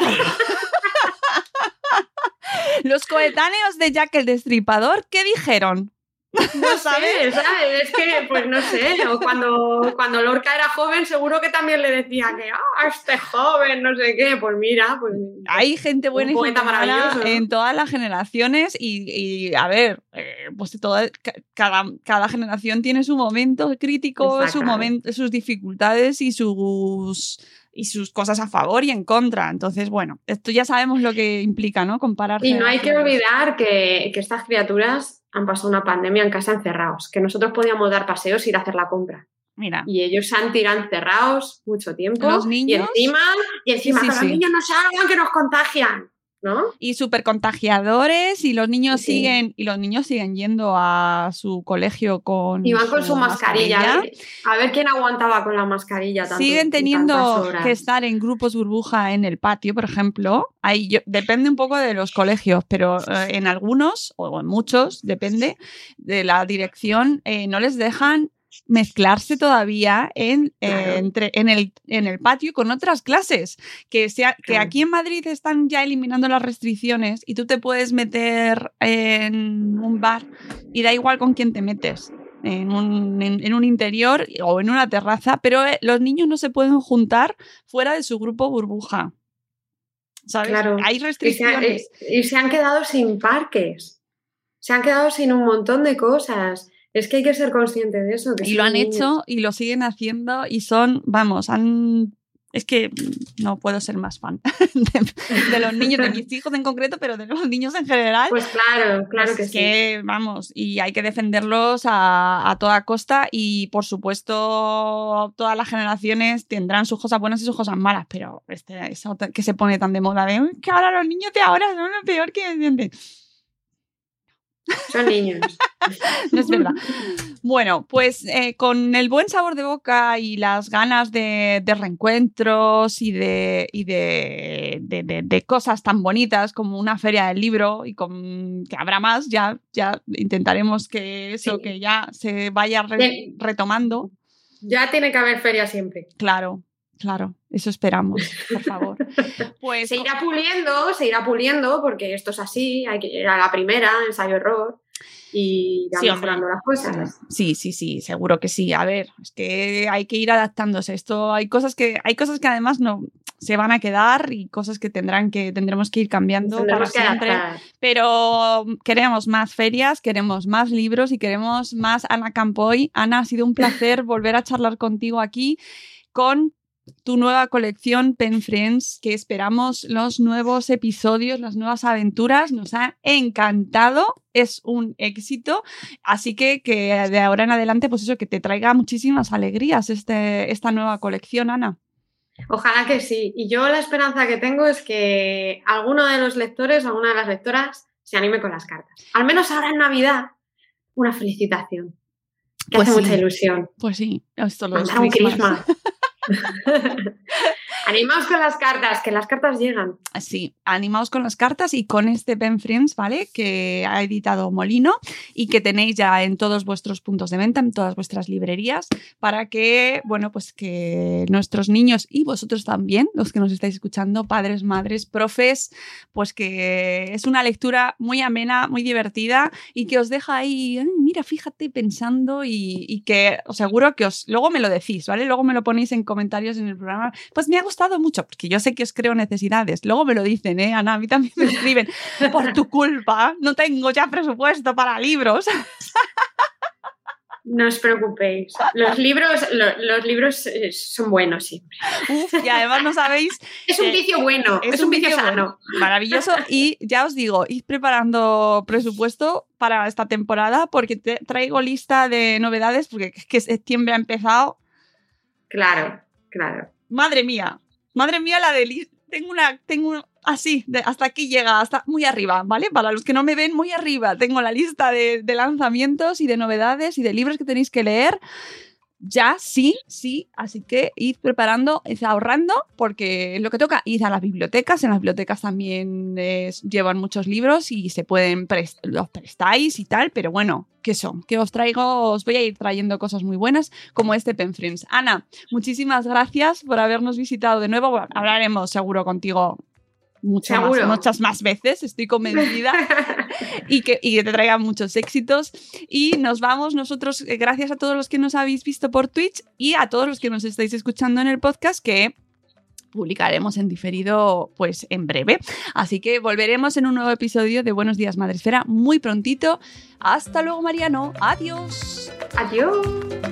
Los coetáneos de Jack el Destripador, ¿qué dijeron? No sabes, ¿sabes? Es que, pues no sé, cuando Lorca era joven seguro que también le decía que este joven, no sé qué, pues mira, pues... Hay gente buena y gente mala en todas las generaciones y a ver, pues cada generación tiene su momento crítico, sus dificultades y sus cosas a favor y en contra. Entonces, bueno, esto ya sabemos lo que implica, ¿no? Comparar. Y no hay que olvidar que estas criaturas han pasado una pandemia en casa encerrados, que nosotros podíamos dar paseos e ir a hacer la compra. Mira. Y ellos se han tirado encerrados mucho tiempo. Los niños. Y encima que los niños no salgan, que nos contagian, ¿no? Y súper contagiadores y los niños siguen yendo a su colegio con y van con su mascarilla. A ver quién aguantaba con la mascarilla tanto. Siguen teniendo que estar en grupos burbuja en el patio, por ejemplo. Depende un poco de los colegios, pero en algunos o en muchos, depende de la dirección, no les dejan mezclarse todavía en el patio con otras clases que aquí en Madrid están ya eliminando las restricciones y tú te puedes meter en un bar y da igual con quién te metes en un interior o en una terraza, pero los niños no se pueden juntar fuera de su grupo burbuja, ¿sabes? Claro. Hay restricciones y se han quedado sin parques, se han quedado sin un montón de cosas. Es que hay que ser consciente de eso. Y lo han hecho y lo siguen haciendo y es que no puedo ser más fan de los niños, de mis hijos en concreto, pero de los niños en general. Pues claro pues que es sí. Que, vamos, y hay que defenderlos a toda costa y, por supuesto, todas las generaciones tendrán sus cosas buenas y sus cosas malas, pero eso que se pone tan de moda de que ahora los niños de ahora son lo peor que... Son niños. No es verdad. Bueno, pues con el buen sabor de boca y las ganas de reencuentros y de cosas tan bonitas como una feria del libro y que habrá más, ya intentaremos que ya se vaya retomando. Ya tiene que haber feria siempre. Claro. Claro, eso esperamos, por favor. Pues se irá puliendo, porque esto es así, hay que ir a la primera, ensayo-error, y ya mejorando las cosas. Sí, seguro que sí. A ver, es que hay que ir adaptándose. Hay cosas que además no se van a quedar y cosas que tendremos que ir cambiando para siempre. Pero queremos más ferias, queremos más libros y queremos más Ana Campoy. Ana, ha sido un placer volver a charlar contigo aquí con tu nueva colección Pen Friends, que esperamos los nuevos episodios, las nuevas aventuras. Nos ha encantado, es un éxito, así que de ahora en adelante, pues eso, que te traiga muchísimas alegrías esta nueva colección, Ana. Ojalá que sí. Y yo la esperanza que tengo es que alguno de los lectores, alguna de las lectoras, se anime con las cartas. Al menos ahora en Navidad, una felicitación. Que pues hace mucha ilusión. Pues sí, esto lo mandar un Christmas. Animaos con las cartas, que las cartas llegan. Sí, animaos con las cartas y con este Pen Friends, ¿vale? Que ha editado Molino y que tenéis ya en todos vuestros puntos de venta, en todas vuestras librerías, para que, bueno, pues que nuestros niños y vosotros también, los que nos estáis escuchando, padres, madres, profes, pues que es una lectura muy amena, muy divertida y que os deja ahí, mira, fíjate, pensando y que os aseguro que luego me lo decís, ¿vale? Luego me lo ponéis en comentarios en el programa. Pues me ha gustado mucho, porque yo sé que os creo necesidades. Luego me lo dicen, Ana, a mí también me escriben, por tu culpa, no tengo ya presupuesto para libros. No os preocupéis. Los libros son buenos siempre. Y además no sabéis... Es un vicio bueno, es un vicio sano. Maravilloso. Y ya os digo, id preparando presupuesto para esta temporada, porque traigo lista de novedades, porque es que septiembre ha empezado. Claro. Madre mía, la de... Tengo así, hasta aquí llega, hasta muy arriba, ¿vale? Para los que no me ven, muy arriba. Tengo la lista de lanzamientos y de novedades y de libros que tenéis que leer. Ya, sí, así que id preparando, id ahorrando, porque es lo que toca. Id a las bibliotecas, en las bibliotecas también llevan muchos libros y se pueden los prestáis y tal, pero bueno, ¿qué son? Que os voy a ir trayendo cosas muy buenas como este Pen Friends. Ana, muchísimas gracias por habernos visitado de nuevo. Bueno, hablaremos seguro contigo muchas más veces, estoy convencida. y que te traigan muchos éxitos. Y nos vamos nosotros, gracias a todos los que nos habéis visto por Twitch y a todos los que nos estáis escuchando en el podcast, que publicaremos en diferido pues en breve. Así que volveremos en un nuevo episodio de Buenos Días Madresfera muy prontito. Hasta luego, Mariano. Adiós. Adiós.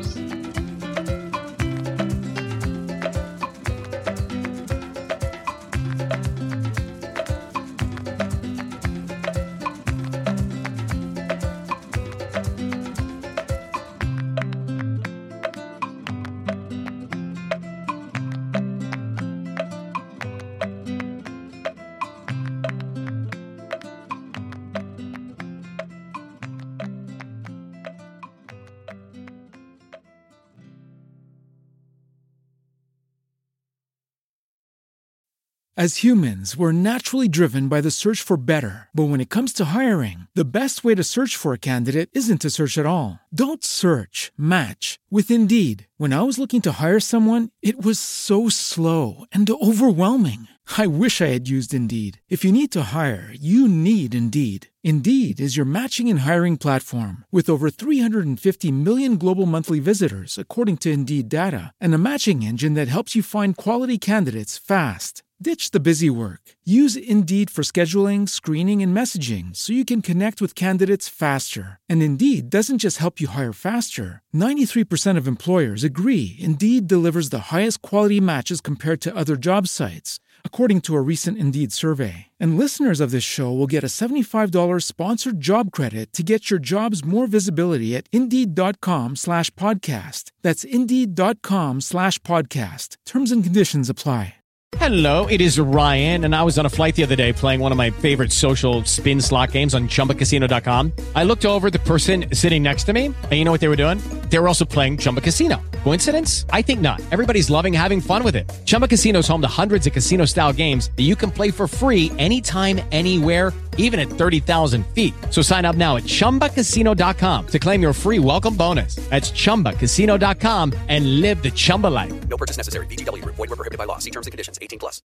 As humans, we're naturally driven by the search for better. But when it comes to hiring, the best way to search for a candidate isn't to search at all. Don't search, match with Indeed. When I was looking to hire someone, it was so slow and overwhelming. I wish I had used Indeed. If you need to hire, you need Indeed. Indeed is your matching and hiring platform with over 350 million global monthly visitors, according to Indeed data, and a matching engine that helps you find quality candidates fast. Ditch the busy work. Use Indeed for scheduling, screening, and messaging so you can connect with candidates faster. And Indeed doesn't just help you hire faster. 93% of employers agree Indeed delivers the highest quality matches compared to other job sites, according to a recent Indeed survey. And listeners of this show will get a $75 sponsored job credit to get your jobs more visibility at Indeed.com/podcast. That's Indeed.com/podcast. Terms and conditions apply. Hello, it is Ryan, and I was on a flight the other day playing one of my favorite social spin slot games on ChumbaCasino.com. I looked over the person sitting next to me, and you know what they were doing? They were also playing Chumba Casino. Coincidence? I think not. Everybody's loving having fun with it. Chumba Casino is home to hundreds of casino-style games that you can play for free anytime, anywhere, even at 30,000 feet. So sign up now at ChumbaCasino.com to claim your free welcome bonus. That's ChumbaCasino.com and live the Chumba life. No purchase necessary. VGW Group. Void where prohibited by law. See terms and conditions. 18+.